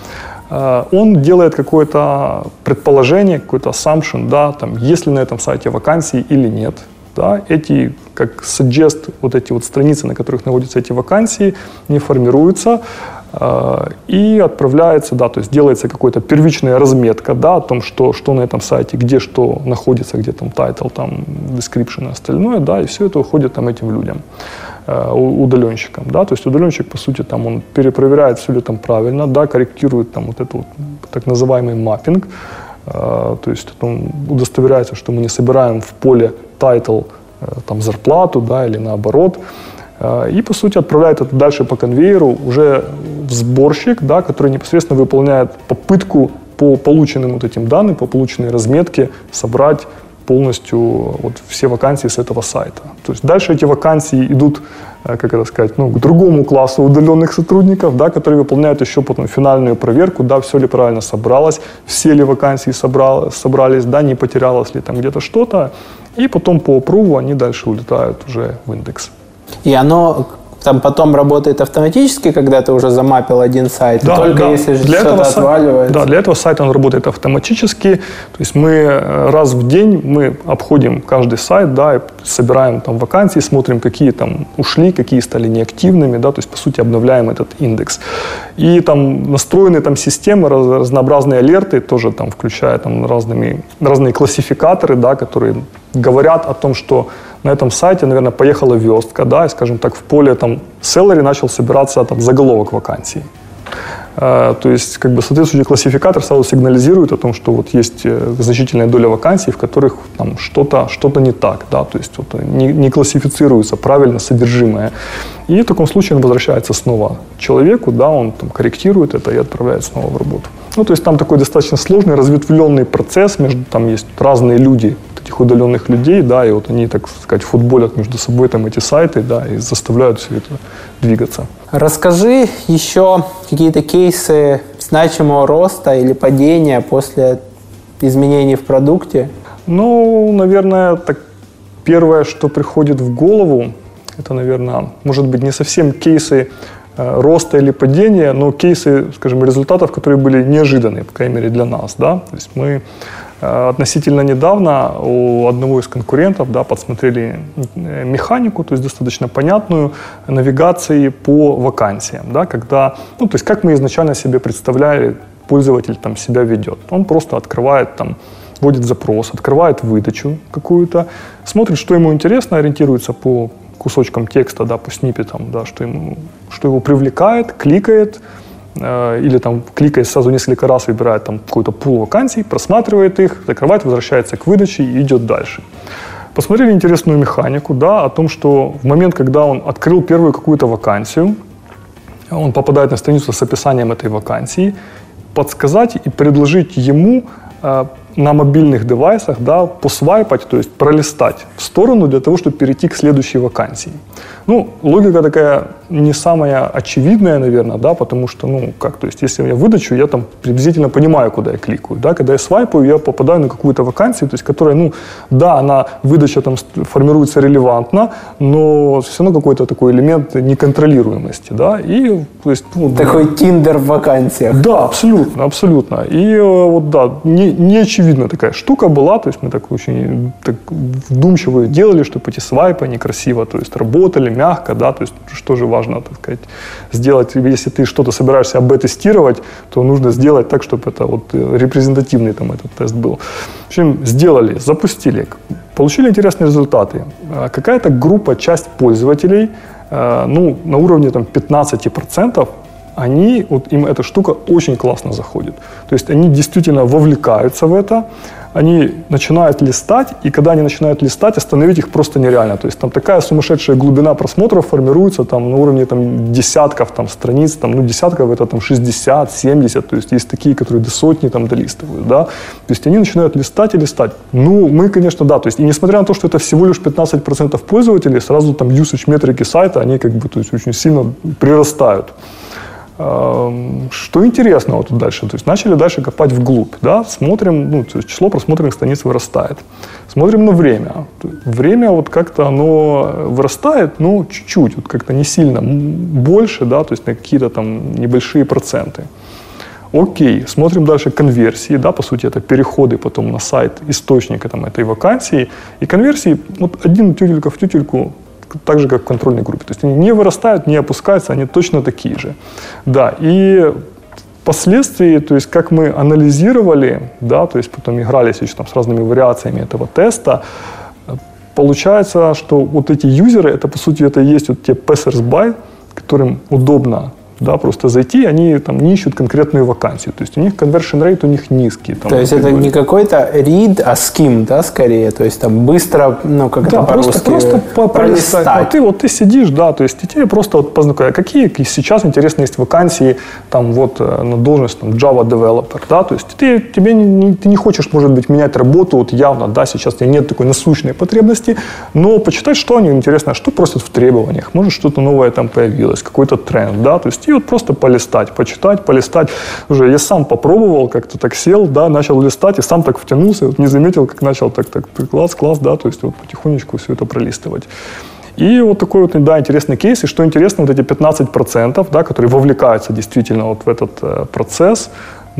он делает какое-то предположение, какой-то assumption, да, там, есть ли на этом сайте вакансии или нет. Да, эти, как suggest, вот эти вот страницы, на которых находятся эти вакансии, не формируются э, и отправляется, да, то есть делается какая-то первичная разметка, да, о том, что, что на этом сайте, где что находится, где там title, там description и остальное, да, и все это уходит там этим людям, э, удаленщикам, да, то есть удаленщик, по сути, там он перепроверяет, все ли там правильно, да, корректирует там вот этот вот, так называемый маппинг, э, то есть он удостоверяется, что мы не собираем в поле title, там, зарплату, да, или наоборот, и, по сути, отправляет это дальше по конвейеру уже в сборщик, да, который непосредственно выполняет попытку по полученным вот этим данным, по полученной разметке собрать полностью вот все вакансии с этого сайта. То есть дальше эти вакансии идут, как это сказать, ну, к другому классу удаленных сотрудников, да, которые выполняют еще потом финальную проверку, да, все ли правильно собралось, все ли вакансии собрал, собрались, да, не потерялось ли там где-то что-то, и потом по аппруву они дальше улетают уже в индекс. И оно там потом работает автоматически, когда ты уже замапил один сайт, да, только да. если для что-то этого, отваливается? Да, для этого сайта он работает автоматически. То есть мы раз в день мы обходим каждый сайт, да, и собираем там вакансии, смотрим, какие там ушли, какие стали неактивными, да, то есть, по сути, обновляем этот индекс. И там настроены там системы, раз, разнообразные алерты, тоже там включая там разными, разные классификаторы, да, которые говорят о том, что на этом сайте, наверное, поехала верстка, да, и, скажем так, в поле там salary начал собираться там заголовок вакансии. Э, то есть, как бы, соответствующий классификатор сразу сигнализирует о том, что вот есть значительная доля вакансий, в которых там что-то, что-то не так, да, то есть вот, не, не классифицируется правильно содержимое. И в таком случае он возвращается снова человеку, да, он там корректирует это и отправляет снова в работу. Ну, то есть там такой достаточно сложный, разветвленный процесс, между, там есть разные люди, этих удаленных людей, да, и вот они, так сказать, футболят между собой там эти сайты, да, и заставляют все это двигаться. Расскажи еще какие-то кейсы значимого роста или падения после изменений в продукте. Ну, наверное, так первое, что приходит в голову, это, наверное, может быть, не совсем кейсы э, роста или падения, но кейсы, скажем, результатов, которые были неожиданные, по крайней мере, для нас, да. То есть мы относительно недавно у одного из конкурентов, да, подсмотрели механику, то есть достаточно понятную, навигации по вакансиям, да, когда, ну, то есть как мы изначально себе представляли, пользователь там себя ведет. Он просто открывает там, вводит запрос, открывает выдачу какую-то, смотрит, что ему интересно, ориентируется по кусочкам текста, да, по сниппетам, да, что ему, что его привлекает, кликает, или там кликает сразу несколько раз, выбирает там какой-то пул вакансий, просматривает их, закрывает, возвращается к выдаче и идет дальше. Посмотрели интересную механику, да, о том, что в момент, когда он открыл первую какую-то вакансию, он попадает на страницу с описанием этой вакансии, подсказать и предложить ему э, на мобильных девайсах, да, посвайпать, то есть пролистать в сторону для того, чтобы перейти к следующей вакансии. Ну, логика такая не самая очевидная, наверное, да, потому что, ну, как, то есть, если я выдачу, я там приблизительно понимаю, куда я кликаю, да, когда я свайпаю, я попадаю на какую-то вакансию, то есть, которая, ну, да, она, выдача там формируется релевантно, но все равно какой-то такой элемент неконтролируемости, да, и, то есть... Ну, такой да, тиндер в вакансиях. Да, абсолютно, абсолютно, и вот, да, не, не очевидная такая штука была, то есть, мы так очень так вдумчиво делали, чтобы эти свайпы некрасиво, то есть, работали мягко, да, то есть, что же важно, так сказать, сделать, если ты что-то собираешься АБ-тестировать, то нужно сделать так, чтобы это вот репрезентативный там этот тест был. В общем, сделали, запустили, получили интересные результаты. Какая-то группа, часть пользователей, ну, на уровне там пятнадцать процентов, они, вот им эта штука очень классно заходит. То есть они действительно вовлекаются в это, они начинают листать, и когда они начинают листать, остановить их просто нереально. То есть там такая сумасшедшая глубина просмотров формируется там, на уровне там, десятков там, страниц, там, ну десятков это там, шестьдесят, семьдесят, то есть есть такие, которые до сотни там, долистывают. Да? То есть они начинают листать и листать. Ну, мы, конечно, да, то есть и несмотря на то, что это всего лишь пятнадцать процентов пользователей, сразу там usage метрики сайта, они как бы, то есть, очень сильно прирастают. Что интересного тут дальше? То есть начали дальше копать вглубь, да, смотрим, ну, то есть число просмотренных страниц вырастает. Смотрим на время. Время вот как-то оно вырастает, ну, чуть-чуть, вот как-то не сильно больше, да, то есть на какие-то там небольшие проценты. Окей, смотрим дальше конверсии, да, по сути, это переходы потом на сайт источника там, этой вакансии. И конверсии, вот один тютелька в тютельку, так же, как в контрольной группе. То есть они не вырастают, не опускаются, они точно такие же. Да, и впоследствии, то есть как мы анализировали, да, то есть потом игрались еще там с разными вариациями этого теста, получается, что вот эти юзеры, это по сути это и есть вот те passers-by, которым удобно, да, просто зайти, они там не ищут конкретную вакансию. То есть у них conversion rate у них низкий. Там, то есть это не какой-то read, а skim, да, скорее? То есть там быстро, ну, как да, это по-русски, просто, просто пролистать. Вот ты, вот ты сидишь, да, то есть тебе просто вот познакомить, какие сейчас интересные есть вакансии там вот на должность там, Java developer, да, то есть ты, тебе не, ты не хочешь, может быть, менять работу, вот явно, да, сейчас у тебя нет такой насущной потребности, но почитать, что они интересно, что просят в требованиях, может, что-то новое там появилось, какой-то тренд, да, то есть и вот просто полистать, почитать, полистать. Уже я сам попробовал, как-то так сел, да, начал листать и сам так втянулся, вот не заметил, как начал так, так, класс, класс, да, то есть вот потихонечку все это пролистывать. И вот такой вот, да, интересный кейс. И что интересно, вот эти пятнадцать процентов, да, которые вовлекаются действительно вот в этот э, процесс,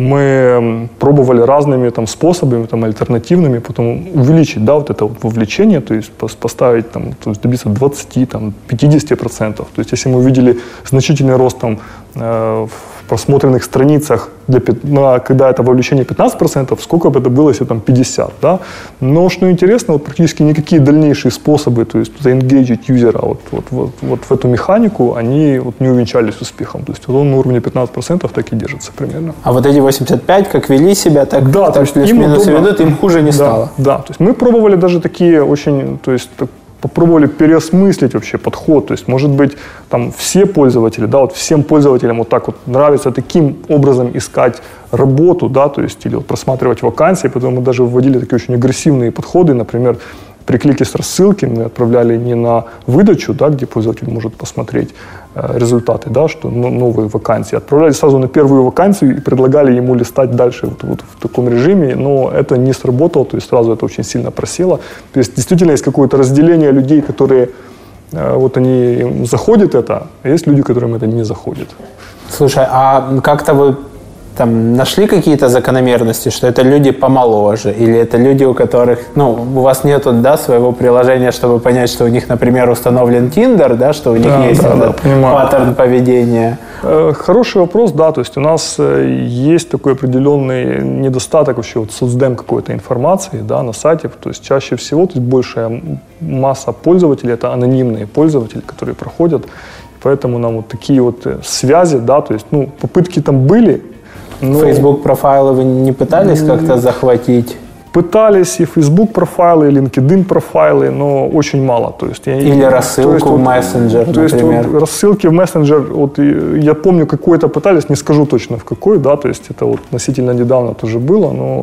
мы пробовали разными там, способами, там, альтернативными, потом увеличить, да, вот это вот вовлечение, то есть поставить, там, то есть добиться двадцать-пятьдесят процентов. То есть если мы увидели значительный рост там, э, в просмотренных страницах, для, на, когда это вовлечение пятнадцать процентов, сколько бы это было, если там пятьдесят процентов. Да? Но что интересно, вот практически никакие дальнейшие способы, то есть заэнгейджить юзера вот, вот, вот, вот в эту механику, они вот, не увенчались успехом. То есть вот он на уровне пятнадцать процентов так и держится примерно. А вот эти восемьдесят пять, как вели себя, так, да, так плюс-минус ведут, им хуже не да, стало. Да, то есть мы пробовали даже такие очень, то есть попробовали переосмыслить вообще подход. То есть, может быть, там все пользователи, да, вот всем пользователям вот так вот нравится таким образом искать работу, да, то есть, или вот просматривать вакансии, поэтому мы даже вводили такие очень агрессивные подходы, например, при клике с рассылки мы отправляли не на выдачу, да, где пользователь может посмотреть э, результаты, да, что ну, новые вакансии, отправляли сразу на первую вакансию и предлагали ему листать дальше вот, вот в таком режиме, но это не сработало, то есть сразу это очень сильно просело. То есть действительно есть какое-то разделение людей, которые э, вот они заходят это, а есть люди, которым это не заходит. Слушай, а как-то вы там нашли какие-то закономерности, что это люди помоложе, или это люди, у которых, ну, у вас нету, да, своего приложения, чтобы понять, что у них, например, установлен Tinder, да, что у них да, есть да, этот да, паттерн поведения? Хороший вопрос, да, то есть у нас есть такой определенный недостаток вообще вот соцдем какой-то информации, да, на сайте, то есть чаще всего, то есть большая масса пользователей, это анонимные пользователи, которые проходят, поэтому нам вот такие вот связи, да, то есть, ну, попытки там были. Но Facebook профайлы вы не пытались как-то захватить? Пытались и Facebook профайлы, и LinkedIn профайлы, но очень мало. То есть, я, Или рассылку есть, в вот, мессенджер, то например. Есть, вот, рассылки в мессенджер, вот, я помню, какой-то пытались, не скажу точно в какой, да, то есть это вот относительно недавно тоже было, но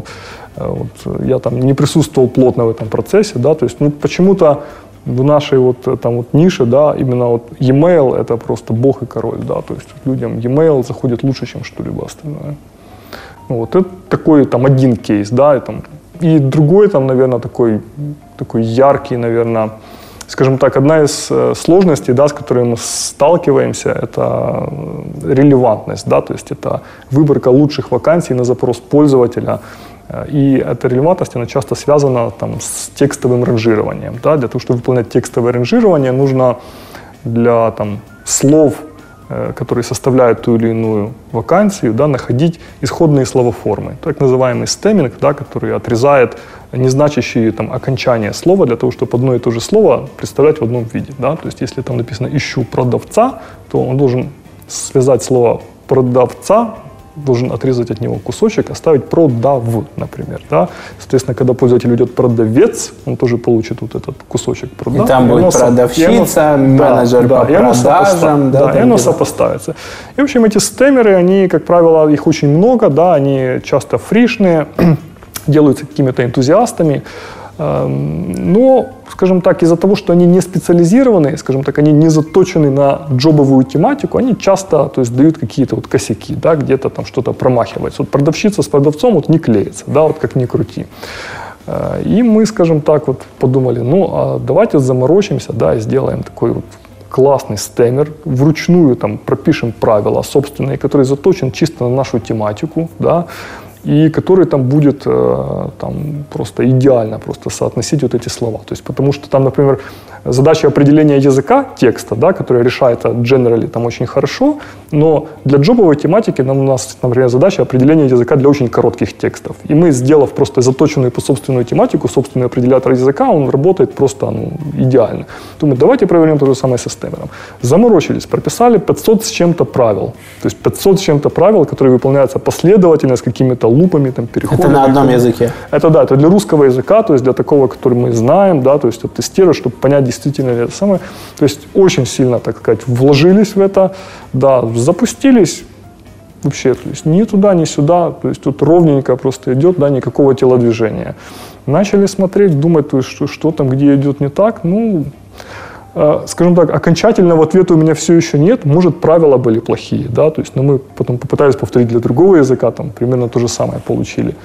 вот, я там не присутствовал плотно в этом процессе, да, то есть ну, почему-то в нашей вот, там, вот нише, да, именно вот e-mail это просто бог и король, да, то есть людям e-mail заходит лучше, чем что-либо остальное. Вот, это такой там один кейс, да, и, там, и другой там, наверное, такой, такой яркий, наверное, скажем так, одна из сложностей, да, с которой мы сталкиваемся, это релевантность, да, то есть это выборка лучших вакансий на запрос пользователя. И эта релевантность, она часто связана там, с текстовым ранжированием. Да? Для того, чтобы выполнять текстовое ранжирование, нужно для там, слов, э, которые составляют ту или иную вакансию, да, находить исходные словоформы. Так называемый стемминг, да, который отрезает незначащие там, окончания слова для того, чтобы одно и то же слово представлять в одном виде. Да? То есть если там написано «ищу продавца», то он должен связать слово «продавца», должен отрезать от него кусочек, оставить продав, например. Да? Соответственно, когда пользователь идет продавец, он тоже получит вот этот кусочек продав. И там и будет продавщица, оно, менеджер да, по да, продажам. Да, да, и оно сопоставится. И, в общем, эти стеммеры, они, как правило, их очень много, да, они часто фришные, делаются какими-то энтузиастами. Но, скажем так, из-за того, что они не специализированы, скажем так, они не заточены на джобовую тематику, они часто, то есть, дают какие-то вот косяки, да, где-то там что-то промахивается. Вот продавщица с продавцом вот не клеится, да, вот как ни крути. И мы, скажем так, вот подумали, ну, а давайте заморочимся, да, и сделаем такой вот классный стемер, вручную там пропишем правила собственные, который заточен чисто на нашу тематику, да, и который там будет там, просто идеально просто соотносить вот эти слова. То есть, потому что там, например, задача определения языка текста, да, которая решается generally там очень хорошо, но для джобовой тематики нам, у нас, например, задача определения языка для очень коротких текстов. И мы, сделав просто заточенную по собственную тематику, собственный определятор языка, он работает просто ну, идеально. Думаю, давайте проверим то же самое со стемером. Заморочились, прописали пятьсот с чем-то правил. То есть пятьсот с чем-то правил, которые выполняются последовательно, с какими-то лупами, там, переходами. Это на одном языке? Это да, это для русского языка, то есть для такого, который мы знаем, да, то есть тестировать, чтобы понять, действительно ли это самое. То есть очень сильно, так сказать, вложились в это, да, запустились вообще, то есть ни туда, ни сюда, то есть тут ровненько просто идет, да, никакого телодвижения. Начали смотреть, думать, то есть, что, что там, где идет не так, ну, э, скажем так, окончательного ответа у меня все еще нет, может, правила были плохие, да, то есть, но мы потом попытались повторить для другого языка, там, примерно то же самое получили.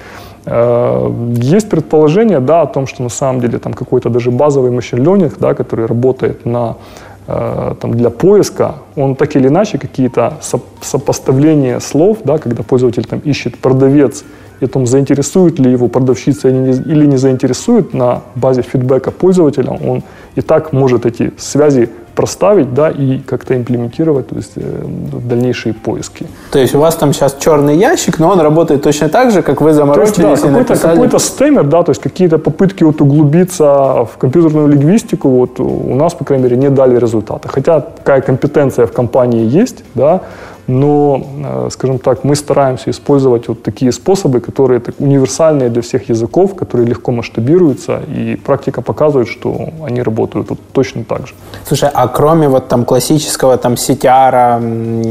Есть предположение, да, о том, что на самом деле там какой-то даже базовый machine learning, да, который работает на, там, для поиска, он так или иначе какие-то сопоставления слов, да, когда пользователь там, ищет продавец, и о том, заинтересует ли его продавщица или не заинтересует на базе фидбэка пользователя, он и так может эти связи проставить, да, и как-то имплементировать, то есть, э, в дальнейшие поиски. То есть у вас там сейчас черный ящик, но он работает точно так же, как вы заморочились то есть, да, и какой-то, написали? какой-то стемер, да, то есть какие-то попытки вот углубиться в компьютерную лингвистику вот, у нас, по крайней мере, не дали результата. Хотя такая компетенция в компании есть, да, но, скажем так, мы стараемся использовать вот такие способы, которые так, универсальные для всех языков, которые легко масштабируются, и практика показывает, что они работают вот точно так же. Слушай, а кроме вот там классического там си ти ар,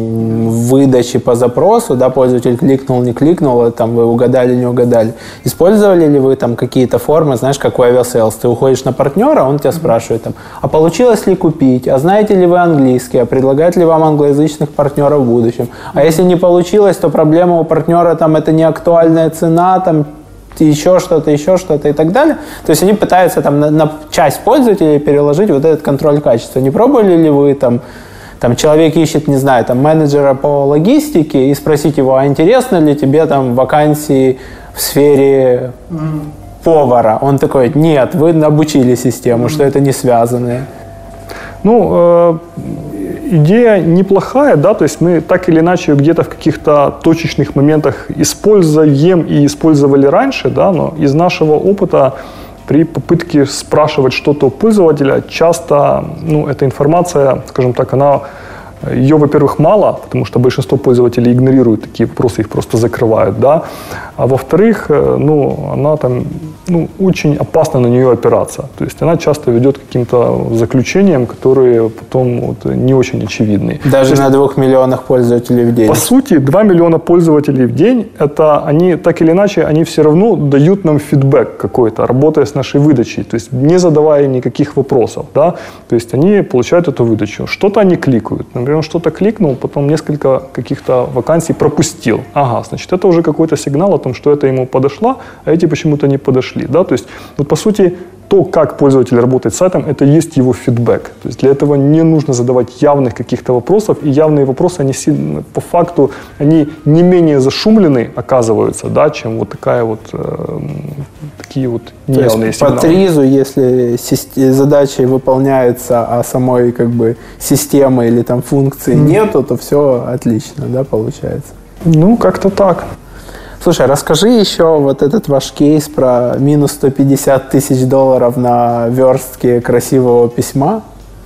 выдачи по запросу, да, пользователь кликнул, не кликнул, там вы угадали, не угадали, использовали ли вы там какие-то формы, знаешь, как у Aviasales, ты уходишь на партнера, он тебя спрашивает там, а получилось ли купить, а знаете ли вы английский, а предлагает ли вам англоязычных партнеров в будущем? А если не получилось, то проблема у партнера там это не актуальная цена, там еще что-то, еще что-то и так далее. То есть они пытаются там на, на часть пользователей переложить вот этот контроль качества. Не пробовали ли вы там, там человек ищет, не знаю, там менеджера по логистике и спросить его, а интересно ли тебе там вакансии в сфере mm. повара? Он такой, нет, вы обучили систему, mm. что это не связанное. Ну, э, идея неплохая, да, то есть мы так или иначе где-то в каких-то точечных моментах используем и использовали раньше, да, но из нашего опыта при попытке спрашивать что-то у пользователя часто, ну, эта информация, скажем так, она, ее, во-первых, мало, потому что большинство пользователей игнорируют такие вопросы, их просто закрывают, да, а во-вторых, ну, она там, ну, очень опасно на нее опираться. То есть она часто ведет к каким-то заключениям, которые потом вот, не очень очевидны. Даже есть, на двух миллионах пользователей в день? По сути, два миллиона пользователей в день, это они, так или иначе, они все равно дают нам фидбэк какой-то, работая с нашей выдачей, то есть не задавая никаких вопросов, да, то есть они получают эту выдачу. Что-то они кликают. Например, он что-то кликнул, потом несколько каких-то вакансий пропустил. Ага, значит, это уже какой-то сигнал о том, что это ему подошло, а эти почему-то не подошли. Да? То есть, вот, по сути, то, как пользователь работает с сайтом, это и есть его фидбэк. То есть для этого не нужно задавать явных каких-то вопросов, и явные вопросы, они по факту, они не менее зашумлены, оказываются, да, чем вот такая вот, э, такие вот неявные сигналы. По тризу, если задачи выполняются, а самой как бы системы или там функции mm. нету, то все отлично, да, получается? Ну, как-то так. Слушай, расскажи еще вот этот ваш кейс про минус сто пятьдесят тысяч долларов на верстке красивого письма.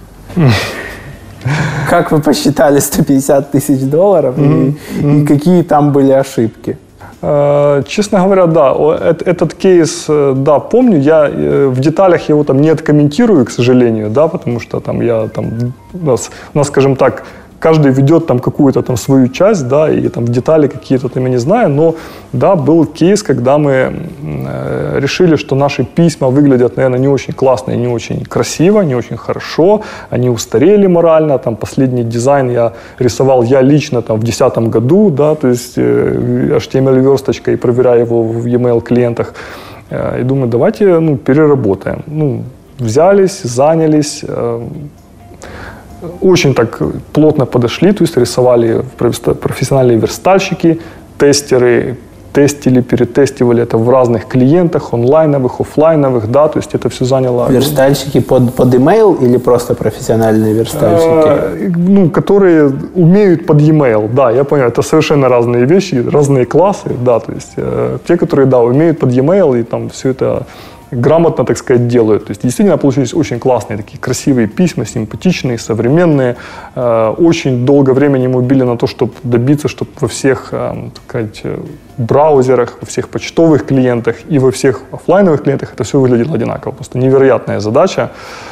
Как вы посчитали сто пятьдесят тысяч долларов и, и какие там были ошибки? Честно говоря, да, этот кейс, да, помню, я в деталях его там не откомментирую, к сожалению, да, потому что там я там, у нас, у нас, скажем так, каждый ведет там какую-то там свою часть, да, и там детали какие-то там я не знаю, но, да, был кейс, когда мы э, решили, что наши письма выглядят, наверное, не очень классно и не очень красиво, не очень хорошо, они устарели морально, там последний дизайн я рисовал я лично там в две тысячи десятом году, да, то есть э, эйч ти эм эль-версточкой, проверяя его в e-mail клиентах, э, и думаю, давайте, ну, переработаем, ну, взялись, занялись, э, очень так плотно подошли, то есть рисовали профессиональные верстальщики, тестеры, тестили, перетестивали это в разных клиентах, онлайновых, офлайновых, да, то есть это все заняло... Верстальщики под, под email или просто профессиональные верстальщики? Э, ну, которые умеют под e-mail, да, я понял, это совершенно разные вещи, разные классы, да, то есть э, те, которые, да, умеют под e-mail и там все это грамотно, так сказать, делают. То есть действительно получились очень классные, такие красивые письма, симпатичные, современные. Э, очень долго времени мы убили на то, чтобы добиться, чтобы во всех, э, так сказать, браузерах, во всех почтовых клиентах и во всех офлайновых клиентах это все выглядело одинаково. Просто невероятная задача.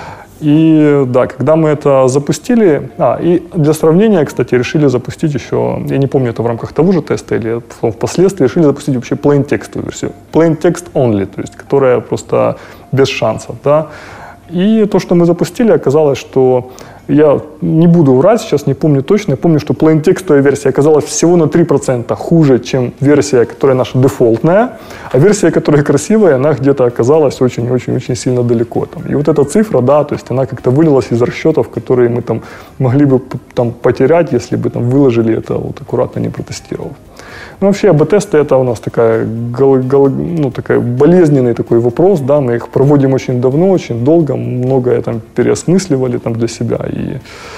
И да, когда мы это запустили, а, и для сравнения, кстати, решили запустить еще, я не помню, это в рамках того же теста или впоследствии решили запустить вообще plain текстовую версию. Plain text only, то есть которая просто без шансов, да. И то, что мы запустили, оказалось, что я не буду врать, сейчас не помню точно, я помню, что plain текстовая версия оказалась всего на три процента хуже, чем версия, которая наша дефолтная, а версия, которая красивая, она где-то оказалась очень-очень-очень сильно далеко. Там. И вот эта цифра, да, то есть она как-то вылилась из расчетов, которые мы там могли бы там потерять, если бы там выложили это вот аккуратно не протестировав. Ну, вообще, эй би-тесты это у нас такая, гол, гол, ну, такая болезненный такой вопрос, да, мы их проводим очень давно, очень долго, многое там переосмысливали там для себя, и,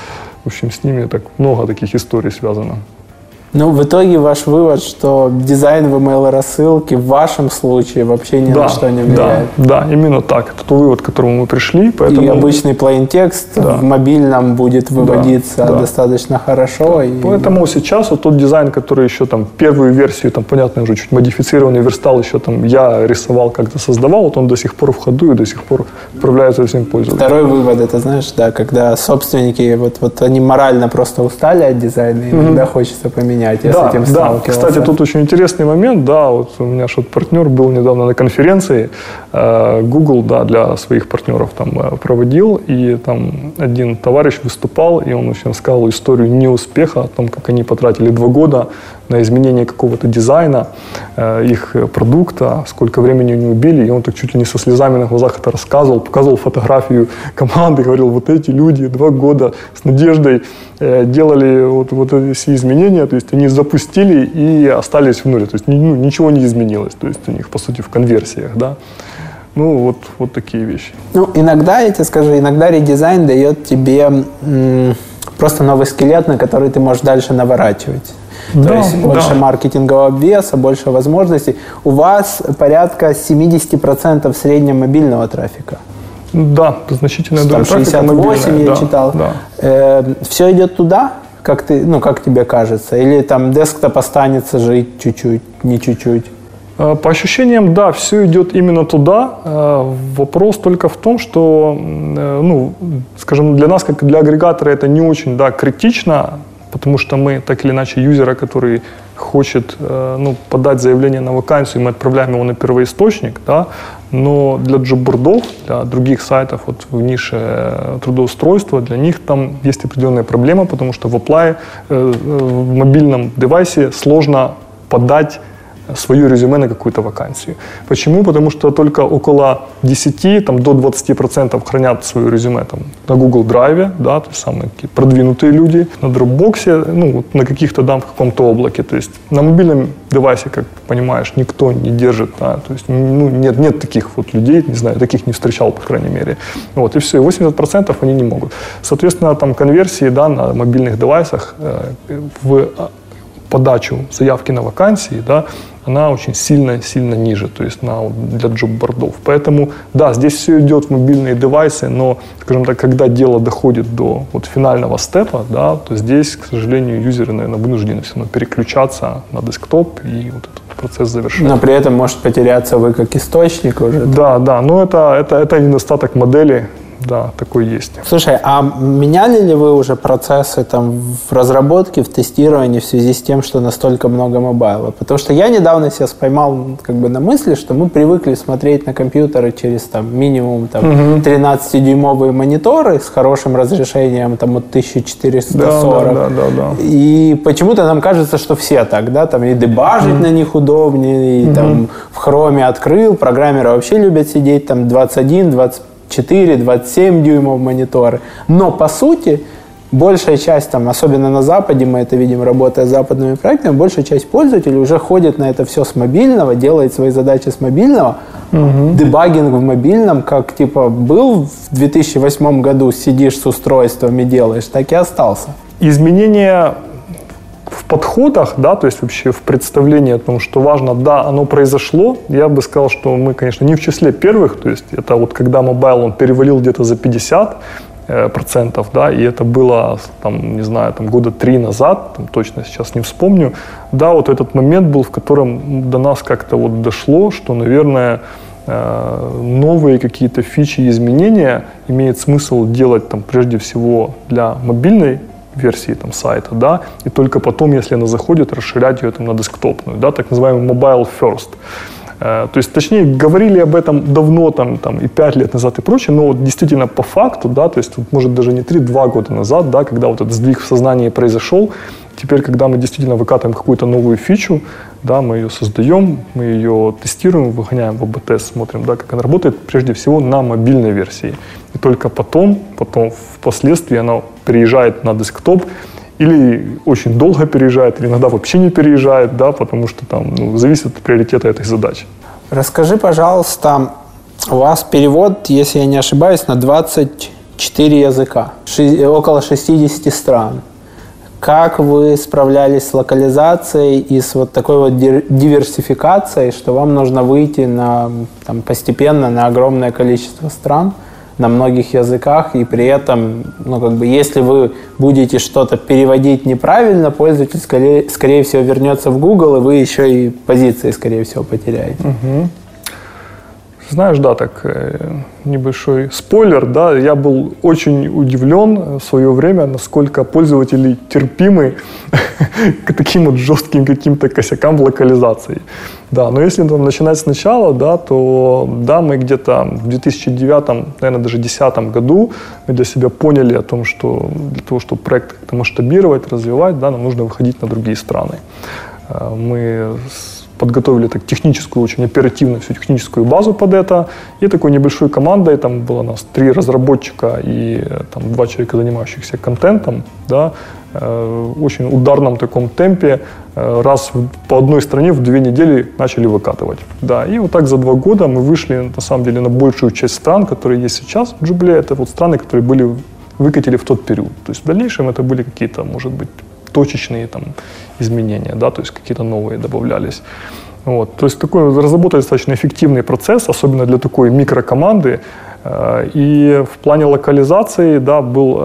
в общем, с ними так много таких историй связано. Ну, в итоге ваш вывод, что дизайн в email-рассылке в вашем случае вообще ни да, на что не влияет. Да, да, именно так. Это тот вывод, к которому мы пришли. Поэтому... И обычный plain текст да. в мобильном будет выводиться да, достаточно да. хорошо. Да. И... Поэтому сейчас вот тот дизайн, который еще там первую версию, там, понятно, уже чуть модифицированный верстал, еще там я рисовал, как-то создавал, вот он до сих пор в ходу и до сих пор управляется всем пользователям. Второй вывод, это, знаешь, да, когда собственники, вот, вот они морально просто устали от дизайна, и mm-hmm. иногда хочется поменять. Я да, с этим да, кстати, тут очень интересный момент, да, вот у меня же вот партнер был недавно на конференции, э, Google, да, для своих партнеров там э, проводил, и там один товарищ выступал, и он очень рассказал историю неуспеха, о том, как они потратили два года на изменение какого-то дизайна э, их продукта, сколько времени они убили, и он так чуть ли не со слезами на глазах это рассказывал, показывал фотографию команды, говорил, вот эти люди два года с надеждой э, делали вот, вот эти все изменения, то есть они запустили и остались в нуле, то есть ну, ничего не изменилось, то есть у них, по сути, в конверсиях, да. Ну, вот, вот такие вещи. Ну, иногда, я тебе скажу, иногда редизайн дает тебе м- просто новый скелет, на который ты можешь дальше наворачивать. Да, То есть больше да. маркетингового обвеса, больше возможностей. У вас порядка семьдесят процентов среднего мобильного трафика. Да, значительная доля трафика шестьдесят восемь мобильная. я да, читал. Да. Э, все идет туда, как ты, ну, как тебе кажется? Или там десктоп останется жить чуть-чуть, не чуть-чуть? По ощущениям, да, все идет именно туда. Вопрос только в том, что, ну, скажем, для нас, как для агрегатора, это не очень, да, критично, потому что мы, так или иначе, юзера, который хочет, ну, подать заявление на вакансию, мы отправляем его на первоисточник, да, но для джоббордов, для других сайтов вот, в нише трудоустройства, для них там есть определенная проблема, потому что в Apply, в мобильном девайсе сложно подать свое резюме на какую-то вакансию. Почему? Потому что только около десять, там, до двадцати процентов хранят свое резюме там, на Google Drive, да, то есть самые такие продвинутые люди, на Dropbox, ну, вот, на каких-то там, в каком-то облаке. То есть на мобильном девайсе, как понимаешь, никто не держит, да, то есть ну, нет, нет таких вот людей, не знаю, таких не встречал, по крайней мере. Вот, и все, и восемьдесят процентов они не могут. Соответственно, там конверсии, да, на мобильных девайсах э, в подачу заявки на вакансии, да, она очень сильно-сильно ниже, то есть на, для джоббордов. Поэтому, да, здесь все идет в мобильные девайсы, но, скажем так, когда дело доходит до вот, финального степа, да, то здесь, к сожалению, юзеры, наверное, вынуждены все равно переключаться на десктоп и вот этот процесс завершать. Но при этом может потеряться вы как источник уже. Да, да, но это, это, это недостаток модели. Да, такой есть. Слушай, а меняли ли вы уже процессы там, в разработке, в тестировании в связи с тем, что настолько много мобайла? Потому что я недавно себя поймал как бы, на мысли, что мы привыкли смотреть на компьютеры через там, минимум там, угу. тринадцатидюймовые мониторы с хорошим разрешением там, от тысяча четыреста сорок. Да, да, да, да, да. И почему-то нам кажется, что все так, да, там и дебажить угу. на них удобнее, и угу. там в хроме открыл, программеры вообще любят сидеть там двадцать один, двадцать четыре, двадцать семь дюймов мониторы. Но, по сути, большая часть, там, особенно на Западе, мы это видим, работая с западными проектами, большая часть пользователей уже ходит на это все с мобильного, делает свои задачи с мобильного. Угу. Дебагинг в мобильном, как типа был в две тысячи восьмом году, сидишь с устройствами, делаешь, так и остался. Изменения в подходах, да, то есть вообще в представлении о том, что важно, да, оно произошло. Я бы сказал, что мы, конечно, не в числе первых, то есть это вот когда мобайл, он перевалил где-то за пятьдесят процентов, да, и это было, там, не знаю, там, года три назад, там, точно сейчас не вспомню, да, вот этот момент был, в котором до нас как-то вот дошло, что, наверное, новые какие-то фичи и изменения имеет смысл делать, там, прежде всего для мобильной версии там, сайта, да, и только потом, если она заходит, расширять ее там, на десктопную, да, так называемый mobile first. То есть, точнее, говорили об этом давно, там, там, и пять лет назад и прочее, но вот действительно по факту, да, то есть, вот, может, даже не три, два года назад, да, когда вот этот сдвиг в сознании произошел, теперь, когда мы действительно выкатываем какую-то новую фичу, да, мы ее создаем, мы ее тестируем, выгоняем в эй би тест, смотрим, да, как она работает, прежде всего, на мобильной версии. И только потом, потом впоследствии она переезжает на десктоп, или очень долго переезжает, или иногда вообще не переезжает, да, потому что там ну, зависит от приоритета этой задачи. Расскажи, пожалуйста, у вас перевод, если я не ошибаюсь, на двадцать четыре языка, ши- около шестьдесят стран. Как вы справлялись с локализацией и с вот такой вот диверсификацией, что вам нужно выйти на, там, постепенно на огромное количество стран, на многих языках, и при этом, ну, как бы, если вы будете что-то переводить неправильно, пользователь, скорее, скорее всего, вернется в Google, и вы еще и позиции, скорее всего, потеряете. Угу. Знаешь, да, так, э, небольшой спойлер, да, я был очень удивлен в свое время, насколько пользователи терпимы к таким вот жестким каким-то косякам в локализации. Да, но если там начинать сначала, да, то да, мы где-то в две тысячи девятом, наверное, даже две тысячи десятом году мы для себя поняли о том, что для того, чтобы проект как-то масштабировать, развивать, да, нам нужно выходить на другие страны. Мы подготовили так техническую, очень оперативно всю техническую базу под это. И такой небольшой командой, там было у нас три разработчика и там, два человека, занимающихся контентом, да, э, очень ударном таком темпе, э, раз в, по одной стране в две недели начали выкатывать. Да, и вот так за два года мы вышли, на самом деле, на большую часть стран, которые есть сейчас в Джубле. Это вот страны, которые были, выкатили в тот период. То есть в дальнейшем это были какие-то, может быть, точечные там изменения, да, то есть какие-то новые добавлялись. Вот. То есть такой разработали достаточно эффективный процесс, особенно для такой микрокоманды. И в плане локализации, да, был,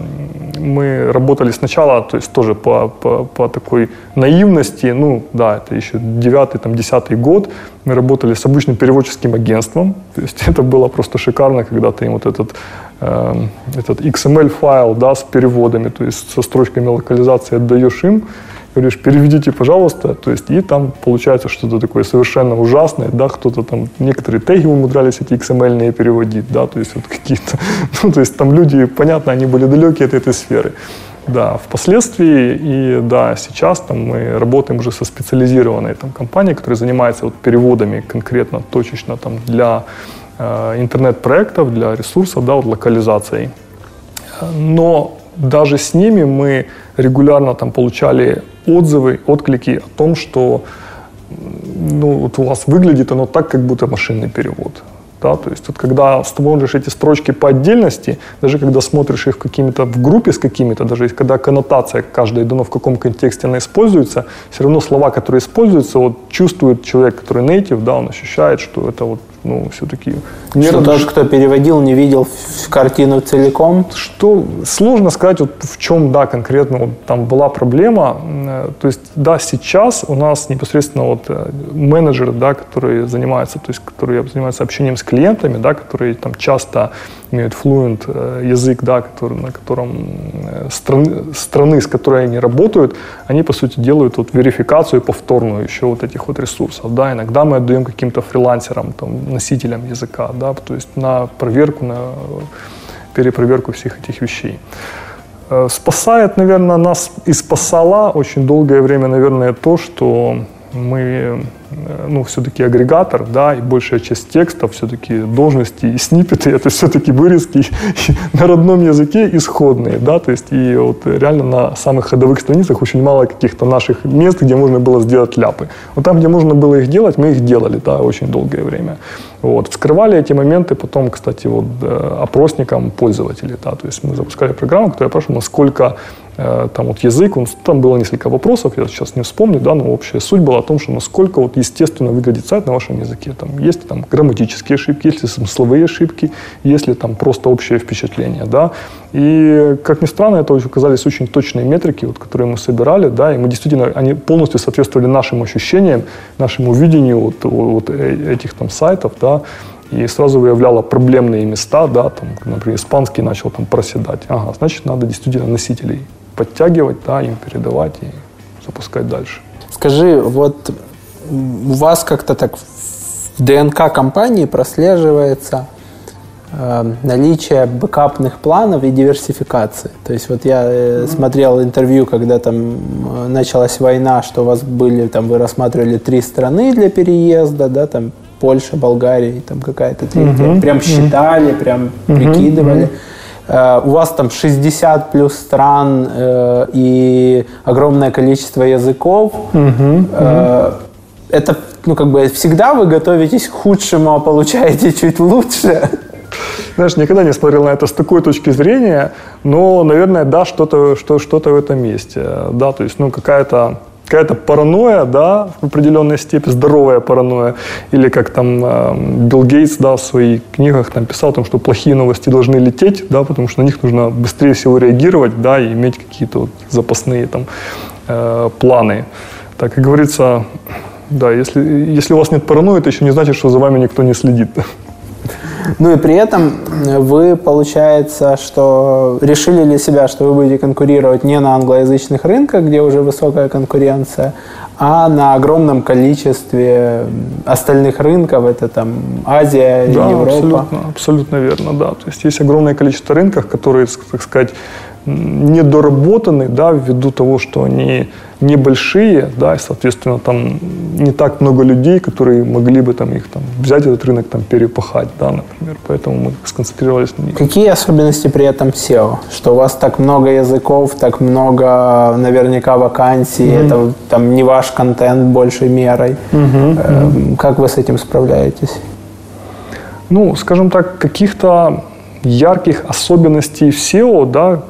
мы работали сначала, то есть тоже по, по, по такой наивности, ну, да, это еще девятый, там, десятый год, мы работали с обычным переводческим агентством, то есть это было просто шикарно, когда ты им вот этот, э, этот икс эм эль-файл, да, с переводами, то есть со строчками локализации отдаешь им, говоришь, переведите, пожалуйста, то есть и там получается что-то такое совершенно ужасное, да, кто-то там, некоторые теги умудрялись эти икс эм эль-ные переводить, да, то есть вот какие-то, ну, то есть там люди, понятно, они были далеки от этой сферы. Да, впоследствии и да, сейчас там мы работаем уже со специализированной там компанией, которая занимается вот переводами конкретно, точечно там для э, интернет-проектов, для ресурсов, да, вот локализацией. Но даже с ними мы регулярно там получали отзывы, отклики о том, что ну, вот у вас выглядит оно так, как будто машинный перевод. Да, то есть вот когда смотришь эти строчки по отдельности, даже когда смотришь их какими-то в группе с какими-то, даже когда коннотация каждая дано, в каком контексте она используется, все равно слова, которые используются, вот чувствует человек, который native, да, он ощущает, что это вот, ну, все-таки... Что тот, кто переводил, не видел картину целиком? Что сложно сказать, вот в чем, да, конкретно вот, там была проблема. То есть, да, сейчас у нас непосредственно вот менеджеры, да, которые занимаются, то есть, которые занимаются общением с клиентами, да, которые там часто имеют fluent язык, да, который, на котором страны, страны, с которой они работают, они, по сути, делают вот верификацию повторную еще вот этих вот ресурсов. Да. Иногда мы отдаем каким-то фрилансерам, там, носителям языка, да, то есть на проверку, на перепроверку всех этих вещей. Спасает, наверное, нас и спасала очень долгое время, наверное, то, что мы, ну, все-таки агрегатор, да, и большая часть текстов, все-таки должности и сниппеты, это все-таки вырезки на родном языке исходные, да, то есть и вот реально на самых ходовых страницах очень мало каких-то наших мест, где можно было сделать ляпы. Вот там, где можно было их делать, мы их делали, да, очень долгое время. Вот. Вскрывали эти моменты потом, кстати, вот, опросникам пользователей, да, то есть мы запускали программу, которая спрашивала, насколько там вот язык, он, там было несколько вопросов, я сейчас не вспомню, да, но общая суть была о том, что насколько вот естественно выглядит сайт на вашем языке. Там есть там грамматические ошибки, есть ли смысловые ошибки, есть ли там просто общее впечатление, да. И, как ни странно, это оказались очень точные метрики, вот, которые мы собирали, да, и мы действительно, они полностью соответствовали нашим ощущениям, нашему видению вот, вот этих там сайтов, да. И сразу выявляла проблемные места, да, там, например, испанский начал там проседать. Ага, значит, надо действительно носителей подтягивать, да, им передавать и запускать дальше. Скажи, вот у вас как-то так в ДНК компании прослеживается э, наличие бэкапных планов и диверсификации. То есть вот я э, смотрел интервью, когда там э, началась война, что у вас были, там вы рассматривали три страны для переезда, да, там Польша, Болгария, там какая-то третья. Uh-huh. Прям считали, uh-huh. прям uh-huh. прикидывали. Uh-huh. Uh, у вас там шестьдесят плюс стран uh, и огромное количество языков. Uh-huh. Uh, это, ну, как бы всегда вы готовитесь к худшему, а получаете чуть лучше. Знаешь, никогда не смотрел на это с такой точки зрения, но, наверное, да, что-то, что, что-то в этом есть. Да, то есть, ну, какая-то какая-то паранойя, да, в определенной степени, здоровая паранойя, или как там э, Билл Гейтс, да, в своих книгах там писал о том, что плохие новости должны лететь, да, потому что на них нужно быстрее всего реагировать, да, и иметь какие-то вот запасные там э, планы. Так, как говорится, да, если, если у вас нет паранойи, это еще не значит, что за вами никто не следит. Ну и при этом вы, получается, что решили для себя, что вы будете конкурировать не на англоязычных рынках, где уже высокая конкуренция, а на огромном количестве остальных рынков, это там Азия, да, Европа. Абсолютно, абсолютно верно, да. То есть есть огромное количество рынков, которые, так сказать, недоработаны, да, ввиду того, что они небольшие, да, и, соответственно, там не так много людей, которые могли бы там их там взять этот рынок, там перепахать, да, например. Поэтому мы сконцентрировались на них. Какие особенности при этом сео? Что у вас так много языков, так много наверняка вакансий, mm-hmm. это там не ваш контент большей мерой. Mm-hmm. Mm-hmm. Как вы с этим справляетесь? Ну, скажем так, каких-то ярких особенностей в сео, да,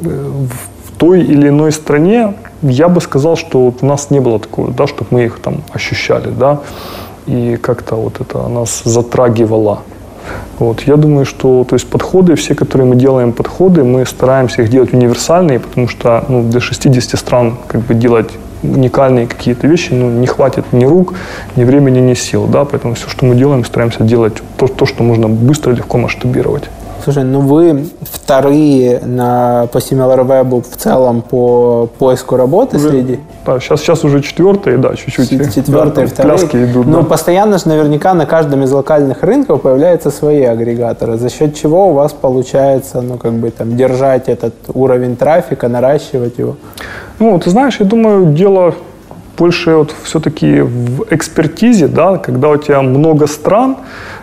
в той или иной стране, я бы сказал, что вот у нас не было такого, да, чтобы мы их там ощущали, да, и как-то вот это нас затрагивало. Вот, я думаю, что, то есть, подходы, все, которые мы делаем подходы, мы стараемся их делать универсальные, потому что, ну, для шестидесяти стран как бы делать уникальные какие-то вещи, ну, не хватит ни рук, ни времени, ни сил, да, поэтому все, что мы делаем, стараемся делать то, то что можно быстро, легко масштабировать. Слушай, ну вы вторые на, по SimilarWeb в целом по поиску работы уже, среди? Да, сейчас, сейчас уже четвертые, да, чуть-чуть. Четвертые, да, вторые. Пляски идут. Ну, да. постоянно же наверняка на каждом из локальных рынков появляются свои агрегаторы, за счет чего у вас получается, ну, как бы там держать этот уровень трафика, наращивать его? Ну, ты знаешь, я думаю, дело больше вот все-таки в экспертизе, да, когда у тебя много стран,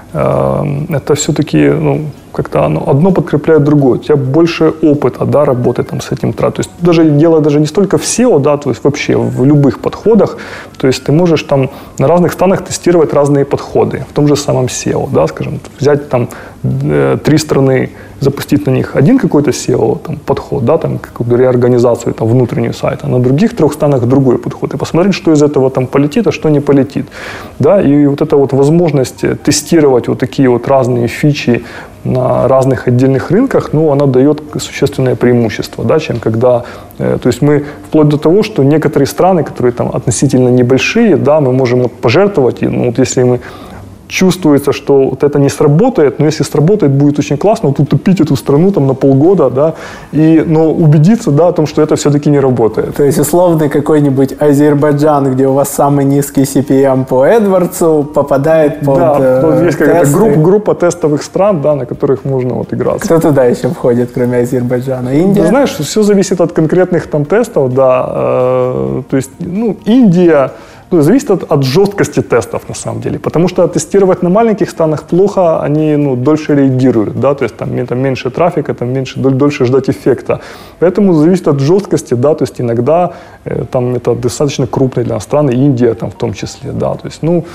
э, это все-таки, ну, как-то оно, одно подкрепляет другое. У тебя больше опыта, да, работы там с этим. То есть даже дело даже не столько в сео, да, то есть вообще в любых подходах. То есть ты можешь там на разных странах тестировать разные подходы. В том же самом сео, да, скажем, взять там э, три страны, запустить на них один какой-то сео там, подход, да, там какую-то реорганизацию там, внутреннюю сайта, а на других трех странах другой подход. И посмотреть, что из этого там полетит, а что не полетит. Да, и вот эта вот возможность тестировать вот такие вот разные фичи на разных отдельных рынках, ну, она дает существенное преимущество, да, чем когда, э, то есть мы вплоть до того, что некоторые страны, которые там относительно небольшие, да, мы можем вот пожертвовать, и, ну, вот если мы чувствуется, что вот это не сработает, но если сработает, будет очень классно, вот утопить эту страну там на полгода, да, и, но убедиться, да, о том, что это все-таки не работает. То есть условный какой-нибудь Азербайджан, где у вас самый низкий си пи эм по Эдвардсу, попадает под да, э, есть какая-то группа, группа тестовых стран, да, на которых можно вот играться. Кто туда еще входит, кроме Азербайджана? Индия? Ты знаешь, все зависит от конкретных там тестов, да, э, то есть, ну, Индия. ну, зависит от, от жесткости тестов, на самом деле. Потому что тестировать на маленьких странах плохо, они ну, дольше реагируют, да, то есть там, там меньше трафика, там меньше, дольше ждать эффекта. Поэтому зависит от жесткости, да, то есть иногда э, там это достаточно крупные для нас страны, Индия там в том числе, да, то есть, ну,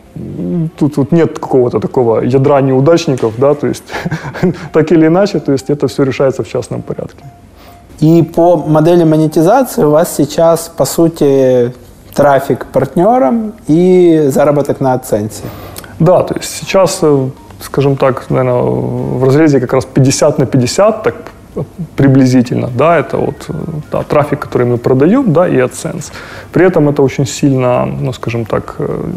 Тут, тут нет какого-то такого ядра неудачников, да, то есть так или иначе, то есть это все решается в частном порядке. И по модели монетизации у вас сейчас, по сути, трафик партнерам и заработок на AdSense. Да, то есть сейчас, скажем так, наверное, в разрезе как раз пятьдесят на пятьдесят, так приблизительно, да, это вот да, трафик, который мы продаем, да, и AdSense. При этом это очень сильно, ну, скажем так,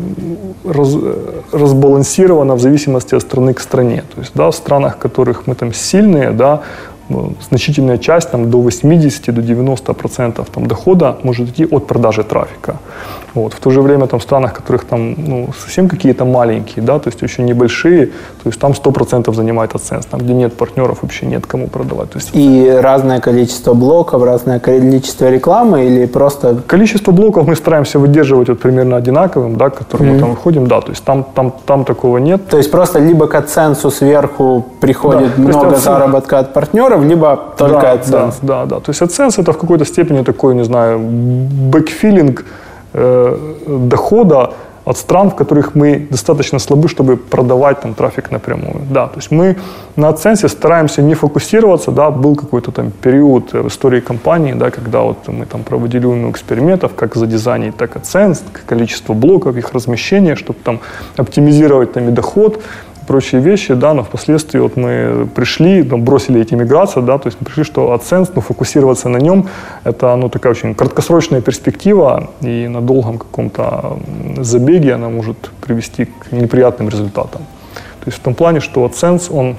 раз, разбалансировано в зависимости от страны к стране. То есть, да, в странах, в которых мы там сильные, да, значительная часть, там, до восьмидесяти до девяноста процентов там, дохода может идти от продажи трафика. Вот. В то же время там, в странах, в которых там, ну, совсем какие-то маленькие, да, то есть еще небольшие, то есть там сто процентов занимает AdSense, там, где нет партнеров, вообще нет кому продавать. То есть, и разное количество блоков, разное количество рекламы или просто... Количество блоков мы стараемся выдерживать вот, примерно одинаковым, да, к которым mm-hmm. мы там выходим, да, то есть там, там, там такого нет. То есть просто либо к AdSense сверху приходит да, много заработка от партнеров, либо только да, AdSense. Да, да, да. То есть AdSense это в какой-то степени такой, не знаю, бэкфиллинг э, дохода от стран, в которых мы достаточно слабы, чтобы продавать там трафик напрямую. Да, то есть мы на AdSense стараемся не фокусироваться, да, был какой-то там период в истории компании, да, когда вот мы там проводили уйму экспериментов, как задизайнить, так AdSense, количество блоков, их размещение, чтобы там оптимизировать там и доход, прочие вещи, да, но впоследствии вот мы пришли, там, бросили эти миграции, да, то есть мы пришли, что AdSense, ну, фокусироваться на нем, это, ну, такая очень краткосрочная перспектива, и на долгом каком-то забеге она может привести к неприятным результатам. То есть в том плане, что AdSense, он,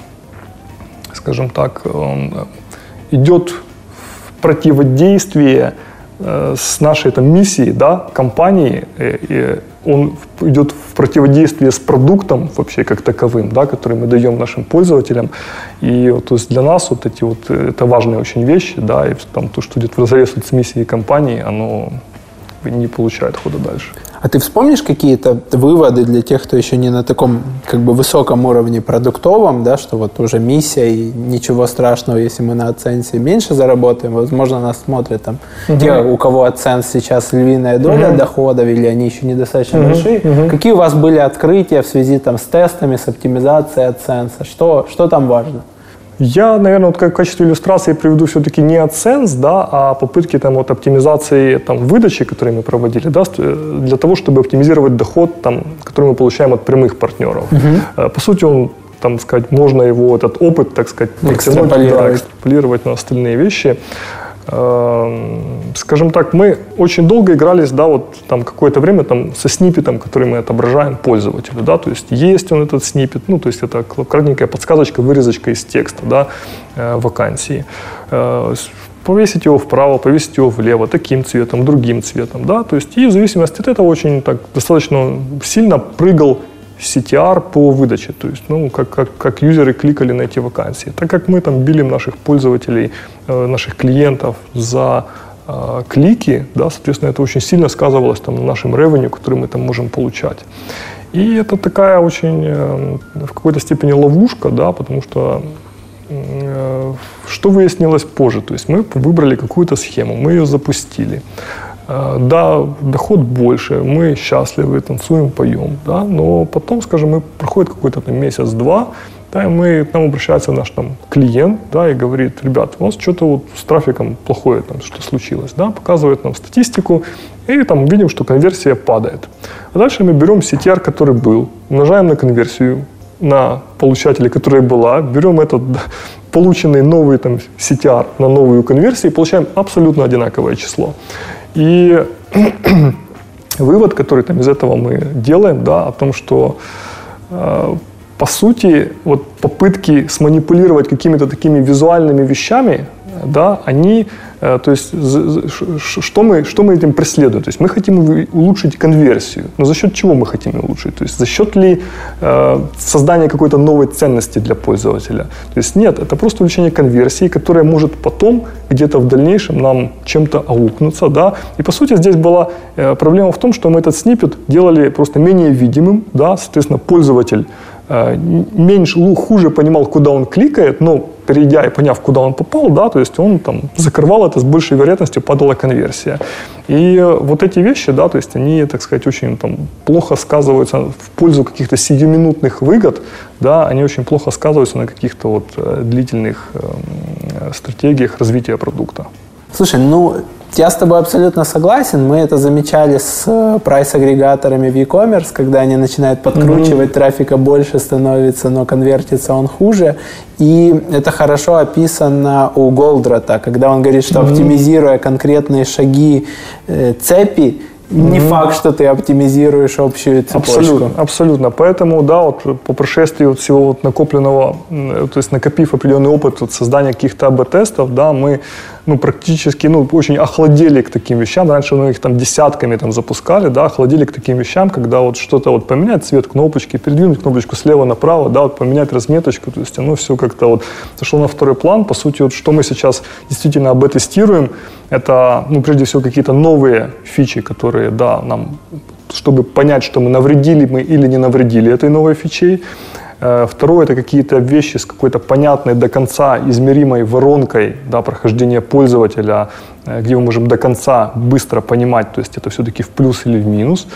скажем так, он идет в противодействие э, с нашей там, миссией, да, компании, э, э, он идет в противодействие с продуктом вообще как таковым, да, который мы даем нашим пользователям. И вот, то есть для нас вот эти вот, это важные очень вещи, да, и там, то, что идет вразрез вот с миссией компании, оно не получает хода дальше. А ты вспомнишь какие-то выводы для тех, кто еще не на таком как бы высоком уровне продуктовом, да, что вот уже миссия и ничего страшного, если мы на AdSense меньше заработаем, возможно, нас смотрят там uh-huh. те, у кого AdSense сейчас львиная доля uh-huh. доходов, или они еще недостаточно uh-huh. большие. Uh-huh. Какие у вас были открытия в связи там, с тестами, с оптимизацией AdSense? Что, что там важно? Я, наверное, вот как в качестве иллюстрации приведу все-таки не AdSense, да, а попытки там, вот, оптимизации там, выдачи, которые мы проводили, да, для того, чтобы оптимизировать доход, там, который мы получаем от прямых партнеров. Uh-huh. По сути, он, там, сказать, можно его, этот опыт, так сказать, экстраполировать. Да, экстраполировать на остальные вещи. Скажем так, мы очень долго игрались, да, вот там какое-то время там со сниппетом, который мы отображаем пользователю, да, то есть есть он этот сниппет, ну, то есть это кратенькая подсказочка, вырезочка из текста, да, вакансии. Повесить его вправо, повесить его влево, таким цветом, другим цветом, да, то есть и в зависимости от этого очень так достаточно сильно прыгал си ти ар по выдаче, то есть, ну, как, как, как юзеры кликали на эти вакансии. Так как мы там билим наших пользователей, э, наших клиентов за э, клики, да, соответственно, это очень сильно сказывалось там, на нашем ревеню, который мы там можем получать. И это такая очень, э, в какой-то степени ловушка, да, потому что э, что выяснилось позже? То есть мы выбрали какую-то схему, мы ее запустили. Да, доход больше, мы счастливы, танцуем, поем, да, но потом, скажем, мы проходит какой-то там месяц-два, да, и мы, к нам обращается наш там клиент, да, и говорит: ребят, у нас что-то вот с трафиком плохое, там, что случилось, да, показывает нам статистику, и там видим, что конверсия падает. А дальше мы берем си ти ар, который был, умножаем на конверсию, на получателя, которая была, берем этот полученный новый там си ти ар на новую конверсию и получаем абсолютно одинаковое число. И вывод, который там из этого мы делаем, да, о том, что э, по сути вот попытки сманипулировать какими-то такими визуальными вещами, да, они То есть что мы, что мы этим преследуем? То есть мы хотим улучшить конверсию. Но за счет чего мы хотим ее улучшить? То есть за счет ли создания какой-то новой ценности для пользователя? То есть нет, это просто увеличение конверсии, которая может потом где-то в дальнейшем нам чем-то аукнуться. Да? И по сути здесь была проблема в том, что мы этот сниппет делали просто менее видимым. Да? Соответственно, пользователь меньше, хуже понимал, куда он кликает, но перейдя и поняв, куда он попал, да, то есть он там закрывал это, с большей вероятностью падала конверсия. И вот эти вещи, да, то есть они, так сказать, очень там плохо сказываются в пользу каких-то сиюминутных выгод, да, они очень плохо сказываются на каких-то вот длительных э, стратегиях развития продукта. Слушай, ну, я с тобой абсолютно согласен. Мы это замечали с прайс-агрегаторами в e-commerce, когда они начинают подкручивать, mm-hmm. трафика больше становится, но конвертится он хуже. И это хорошо описано у Голдрата, когда он говорит, что mm-hmm. оптимизируя конкретные шаги э, цепи, не mm-hmm. факт, что ты оптимизируешь общую цепочку. Абсолютно, абсолютно. Поэтому, да, вот по прошествии вот всего вот накопленного, то есть накопив определенный опыт вот создания каких-то эй би тестов, да, мы ну, практически ну, очень охладели к таким вещам. Раньше мы их там десятками там, запускали, да, охладели к таким вещам, когда вот что-то вот поменять цвет кнопочки, передвинуть кнопочку слева направо, да, вот поменять разметочку, то есть оно все как-то вот зашло на второй план. По сути, вот что мы сейчас действительно эй би тестируем, это, ну, прежде всего, какие-то новые фичи, которые, да, нам, чтобы понять, что мы навредили мы или не навредили этой новой фичей. Второе – это какие-то вещи с какой-то понятной до конца измеримой воронкой, да, прохождения пользователя, где мы можем до конца быстро понимать, то есть это все-таки в плюс или в минус.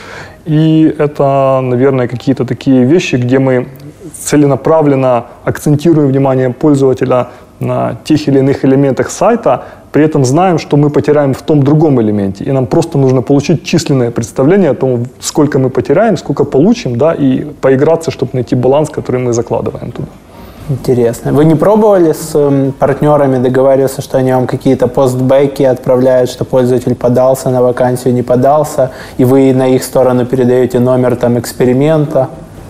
И это, наверное, какие-то такие вещи, где мы целенаправленно акцентируем внимание пользователя на тех или иных элементах сайта, при этом знаем, что мы потеряем в том другом элементе. И нам просто нужно получить численное представление о том, сколько мы потеряем, сколько получим, да, и поиграться, чтобы найти баланс, который мы закладываем туда. Интересно. Вы не пробовали с э, партнерами договариваться, что они вам какие-то постбэки отправляют, что пользователь подался на вакансию, не подался, и вы на их сторону передаете номер там эксперимента?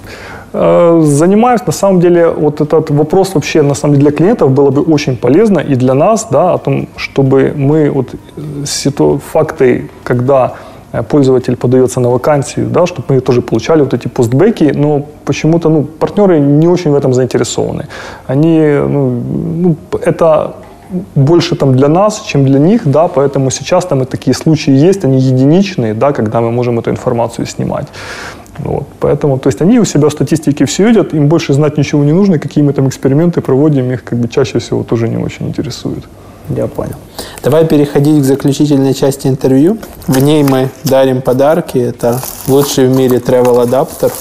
Занимаюсь, на самом деле, вот этот вопрос вообще, на самом деле, для клиентов было бы очень полезно и для нас, да, о том, чтобы мы вот ситу... факты, когда пользователь подается на вакансию, да, чтобы мы тоже получали вот эти постбэки, но почему-то, ну, партнеры не очень в этом заинтересованы. Они, ну, ну это больше там для нас, чем для них, да, поэтому сейчас там и такие случаи есть, они единичные, да, когда мы можем эту информацию снимать. Вот. Поэтому, то есть они у себя в статистике все видят, им больше знать ничего не нужно, какие мы там эксперименты проводим, их как бы чаще всего тоже не очень интересует. Я понял. Давай переходить к заключительной части интервью. В ней мы дарим подарки. Это лучший в мире travel адаптер.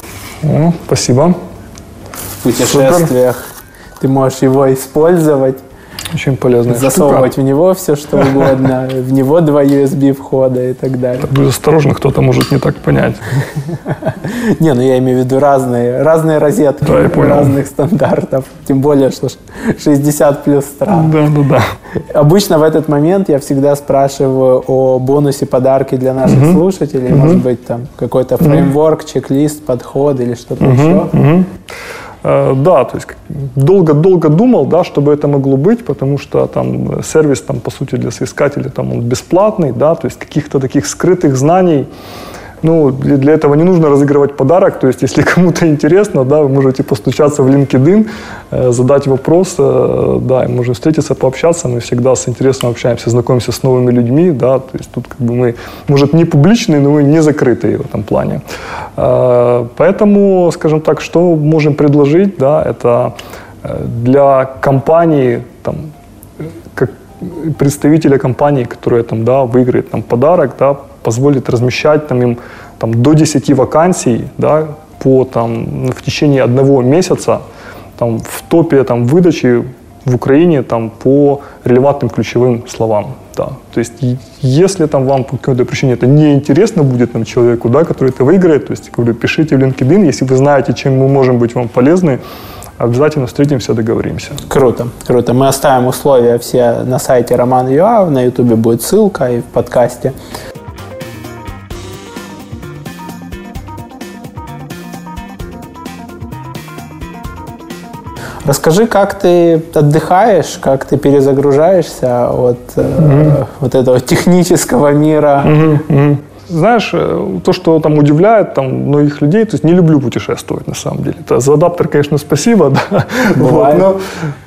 О, спасибо. В путешествиях Супер. Ты можешь его использовать. Очень полезная засовывать штука. В него все, что угодно. В него два ю эс би входа и так далее. Так, будь осторожен, кто-то может не так понять. Не, ну я имею в виду разные, разные розетки, да, разных стандартов. Тем более, что шестьдесят плюс стран. Да, да, да. Обычно в этот момент я всегда спрашиваю о бонусе подарки для наших угу. слушателей. Угу. Может быть, там какой-то фреймворк, угу. чек-лист, подход или что-то угу. еще. Угу. Да, то есть долго-долго думал, да, чтобы это могло быть, потому что там сервис, там, по сути, для соискателей там, он бесплатный, да, то есть каких-то таких скрытых знаний, ну, для, для этого не нужно разыгрывать подарок, то есть если кому-то интересно, да, вы можете постучаться в LinkedIn, э, задать вопрос, э, да, и можем встретиться, пообщаться, мы всегда с интересом общаемся, знакомимся с новыми людьми, да, то есть тут как бы мы, может, не публичные, но мы не закрытые в этом плане. Э, поэтому, скажем так, что можем предложить, да, это для компании, там, как представителя компании, которая там, да, выиграет там, подарок, да, позволит размещать там, им там, до десяти вакансий, да, по, там, в течение одного месяца там, в топе там, выдачи в Украине там, по релевантным ключевым словам. Да. То есть если там, вам по какой-то причине это не интересно будет там, человеку, да, который это выиграет, то есть говорю, пишите в LinkedIn, если вы знаете, чем мы можем быть вам полезны, обязательно встретимся, договоримся. Круто, круто. Мы оставим условия все на сайте роман точка ю а, на ютубе будет ссылка и в подкасте. Расскажи, как ты отдыхаешь, как ты перезагружаешься от mm-hmm. э, вот этого технического мира. Mm-hmm. Mm-hmm. Знаешь, то, что там удивляет там, многих людей, то есть не люблю путешествовать на самом деле. Это за адаптер, конечно, спасибо, да. Вот, но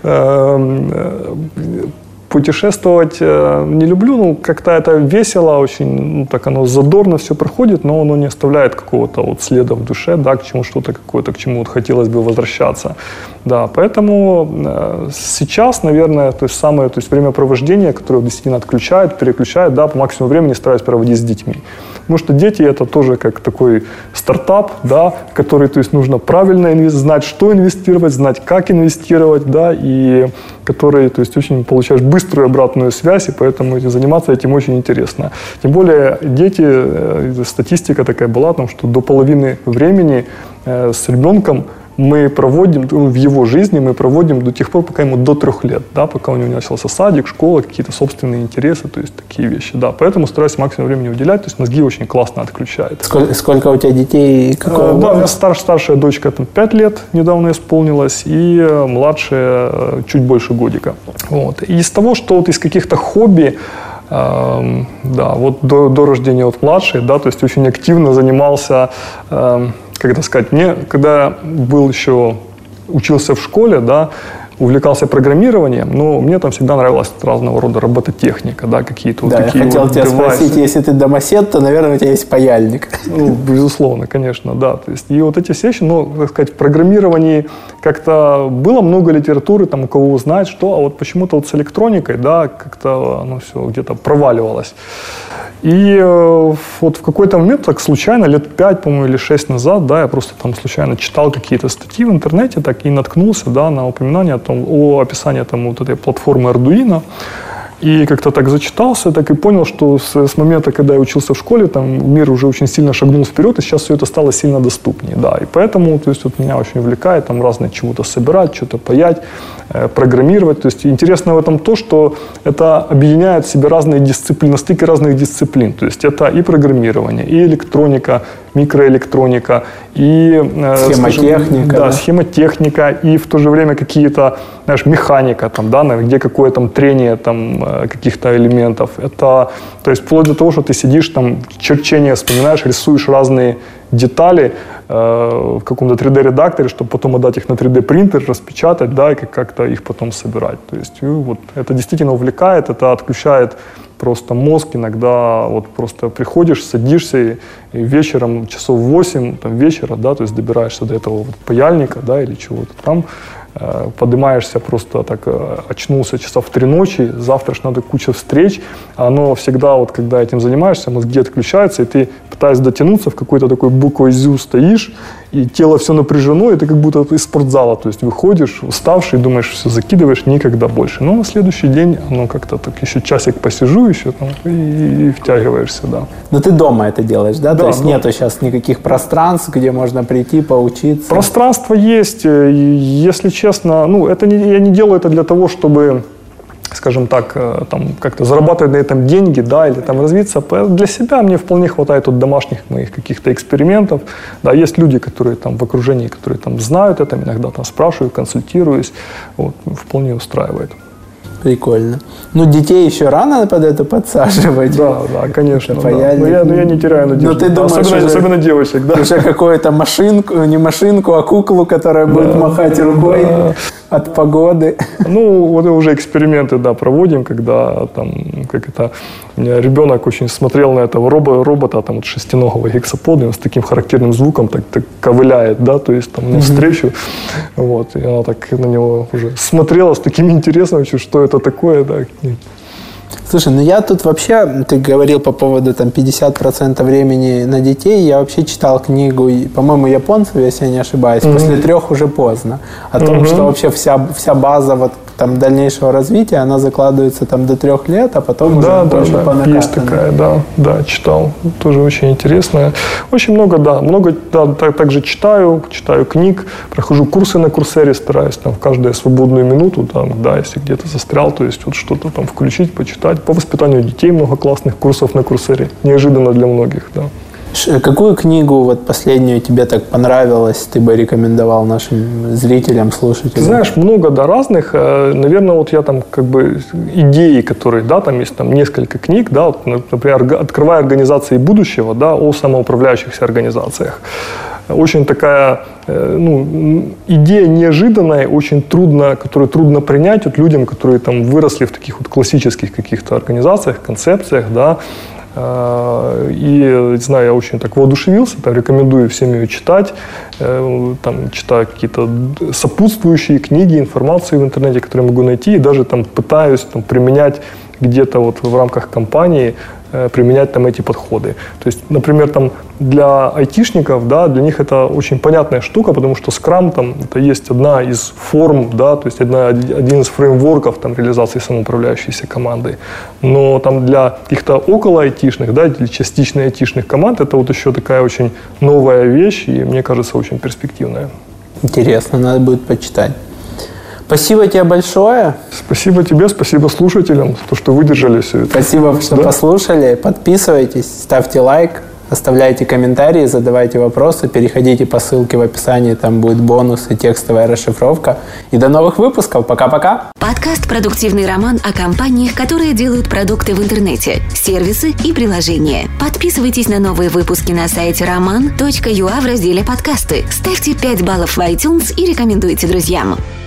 э, путешествовать не люблю, ну, как-то это весело, очень, ну, так оно задорно все проходит, но оно не оставляет какого-то вот следа в душе, да, к чему что-то какое-то, к чему вот хотелось бы возвращаться. Да, поэтому э, сейчас, наверное, то есть самое, то есть времяпровождение, которое действительно отключает, переключает, да, по максимуму времени стараюсь проводить с детьми. Потому что дети это тоже как такой стартап, да, в который, то есть, нужно правильно инвести- знать, что инвестировать, знать, как инвестировать, да, и который, то есть, очень получаешь быструю обратную связь, и поэтому заниматься этим очень интересно. Тем более дети, э, статистика такая была, там, что до половины времени э, с ребенком мы проводим, в его жизни мы проводим до тех пор, пока ему до трех лет, да, пока у него не начался садик, школа, какие-то собственные интересы, то есть такие вещи, да. Поэтому стараюсь максимум времени уделять, то есть мозги очень классно отключают. Сколько, сколько у тебя детей? Какого э, да, у меня старш, старшая дочка там пять лет недавно исполнилась, и младшая чуть больше годика. Вот. И из того, что вот из каких-то хобби, э, да, вот до, до рождения вот младшей, да, то есть очень активно занимался, э, как это сказать, мне, когда был еще, учился в школе, да, увлекался программированием, но мне там всегда нравилась разного рода робототехника, да, какие-то да, вот такие я хотел вот тебя девайсы. Спросить, если ты домосед, то, наверное, у тебя есть паяльник. Ну, безусловно, конечно, да. То есть, и вот эти все вещи, ну, так сказать, в программировании как-то было много литературы, там, у кого узнать, что, а вот почему-то вот с электроникой, да, как-то оно все где-то проваливалось. И э, вот в какой-то момент, так случайно, лет пять, по-моему, или шесть назад, да, я просто там случайно читал какие-то статьи в интернете, так и наткнулся, да, на упоминание о том, о описании там вот этой платформы Arduino. И как-то так зачитался, так и понял, что с, с момента, когда я учился в школе, там мир уже очень сильно шагнул вперед, и сейчас все это стало сильно доступнее, да. И поэтому, то есть, вот меня очень увлекает там разные чего-то собирать, что-то паять, э, программировать. То есть интересно в этом то, что это объединяет в себе разные дисциплины, стыки разных дисциплин. То есть это и программирование, и электроника, микроэлектроника, и э, схемотехника, скажем, да, да. схемотехника, и в то же время какие-то, знаешь, механика, там, да, где какое там трение там, каких-то элементов. Это, то есть вплоть до того, что ты сидишь там, черчение вспоминаешь, рисуешь разные детали э, в каком-то три дэ-редакторе, чтобы потом отдать их на три дэ-принтер, распечатать, да, и как-то их потом собирать. То есть вот, это действительно увлекает, это отключает просто мозг. Иногда вот просто приходишь, садишься и, и вечером, часов восемь там, вечера, да, то есть добираешься до этого вот паяльника, да, или чего-то там, э, поднимаешься просто так, э, очнулся часа в три ночи, завтра ж надо куча встреч, оно всегда, вот когда этим занимаешься, мозги отключаются, и ты пытаешься дотянуться, в какой-то такой буквой «зю» стоишь, и тело все напряжено, и ты как будто из спортзала, то есть выходишь уставший, думаешь, все, закидываешь, никогда больше. Но на следующий день, ну, как-то так еще часик посижу еще там, и, и втягиваешься, да. Но ты дома это делаешь, да? Да, то есть дома. нету сейчас никаких пространств, где можно прийти, поучиться? Пространство есть, если честно, ну, это не, я не делаю это для того, чтобы, скажем так, там, как-то зарабатывать на этом деньги, да, или там развиться. Для себя мне вполне хватает вот домашних моих каких-то экспериментов. Да, есть люди, которые там в окружении, которые там знают это, иногда там спрашиваю, консультируюсь, вот, вполне устраивает. Прикольно. Ну, детей еще рано под это подсаживать. Да, да, конечно. Да. Но, я, но я не теряю надежды. Но ты думаешь, особенно, уже, особенно девочек, да. Уже какую-то машинку, не машинку, а куклу, которая да, будет махать рукой да. от погоды. Ну, вот уже эксперименты, да, проводим, когда там, как это, у меня ребенок очень смотрел на этого робо, робота, там, вот шестиногого гексапода, он с таким характерным звуком так, так ковыляет, да, то есть там навстречу, mm-hmm. вот, и она так на него уже смотрела с таким интересом, что это такое, да. Слушай, ну я тут вообще, ты говорил по поводу там пятьдесят процентов времени на детей, я вообще читал книгу, по-моему, японцев, если я не ошибаюсь, mm-hmm. после трех уже поздно, о том, mm-hmm. что вообще вся, вся база вот там дальнейшего развития, она закладывается там до трех лет, а потом да, уже да, больше да, по накатанной. Есть такая, да, да, читал, тоже очень интересно. Очень много, да, много, да, так, также читаю, читаю книг, прохожу курсы на Курсере, стараюсь там в каждую свободную минуту, там, да, если где-то застрял, то есть вот что-то там включить, почитать. По воспитанию детей много классных курсов на Курсере, неожиданно для многих, да. Какую книгу вот последнюю тебе так понравилась, ты бы рекомендовал нашим зрителям, слушателям? Знаешь, много, да, разных. Наверное, вот я там как бы идеи, которые, да, там есть там несколько книг, да, вот, например, «Открывая организации будущего», да, о самоуправляющихся организациях. Очень такая, ну, идея неожиданная, очень трудно, которую трудно принять вот людям, которые там выросли в таких вот классических каких-то организациях, концепциях, да. И, не знаю, я очень так воодушевился, там, рекомендую всем ее читать, там, читаю какие-то сопутствующие книги, информацию в интернете, которую я могу найти, и даже там пытаюсь там, применять где-то вот в рамках компании, применять там эти подходы. То есть, например, там для айтишников, да, для них это очень понятная штука, потому что Scrum там это есть одна из форм, да, то есть одна, один из фреймворков там реализации самоуправляющейся команды. Но там для каких-то около айтишных, да, или частично айтишных команд это вот еще такая очень новая вещь и, мне кажется, очень перспективная. Интересно, надо будет почитать. Спасибо тебе большое. Спасибо тебе, спасибо слушателям, за то, что выдержали все это. Спасибо, что да? послушали. Подписывайтесь, ставьте лайк, оставляйте комментарии, задавайте вопросы, переходите по ссылке в описании, там будет бонус и текстовая расшифровка. И до новых выпусков. Пока-пока. Подкаст «Продуктивный роман» о компаниях, которые делают продукты в интернете, сервисы и приложения. Подписывайтесь на новые выпуски на сайте роман точка ю а в разделе «Подкасты». Ставьте пять баллов в iTunes и рекомендуйте друзьям.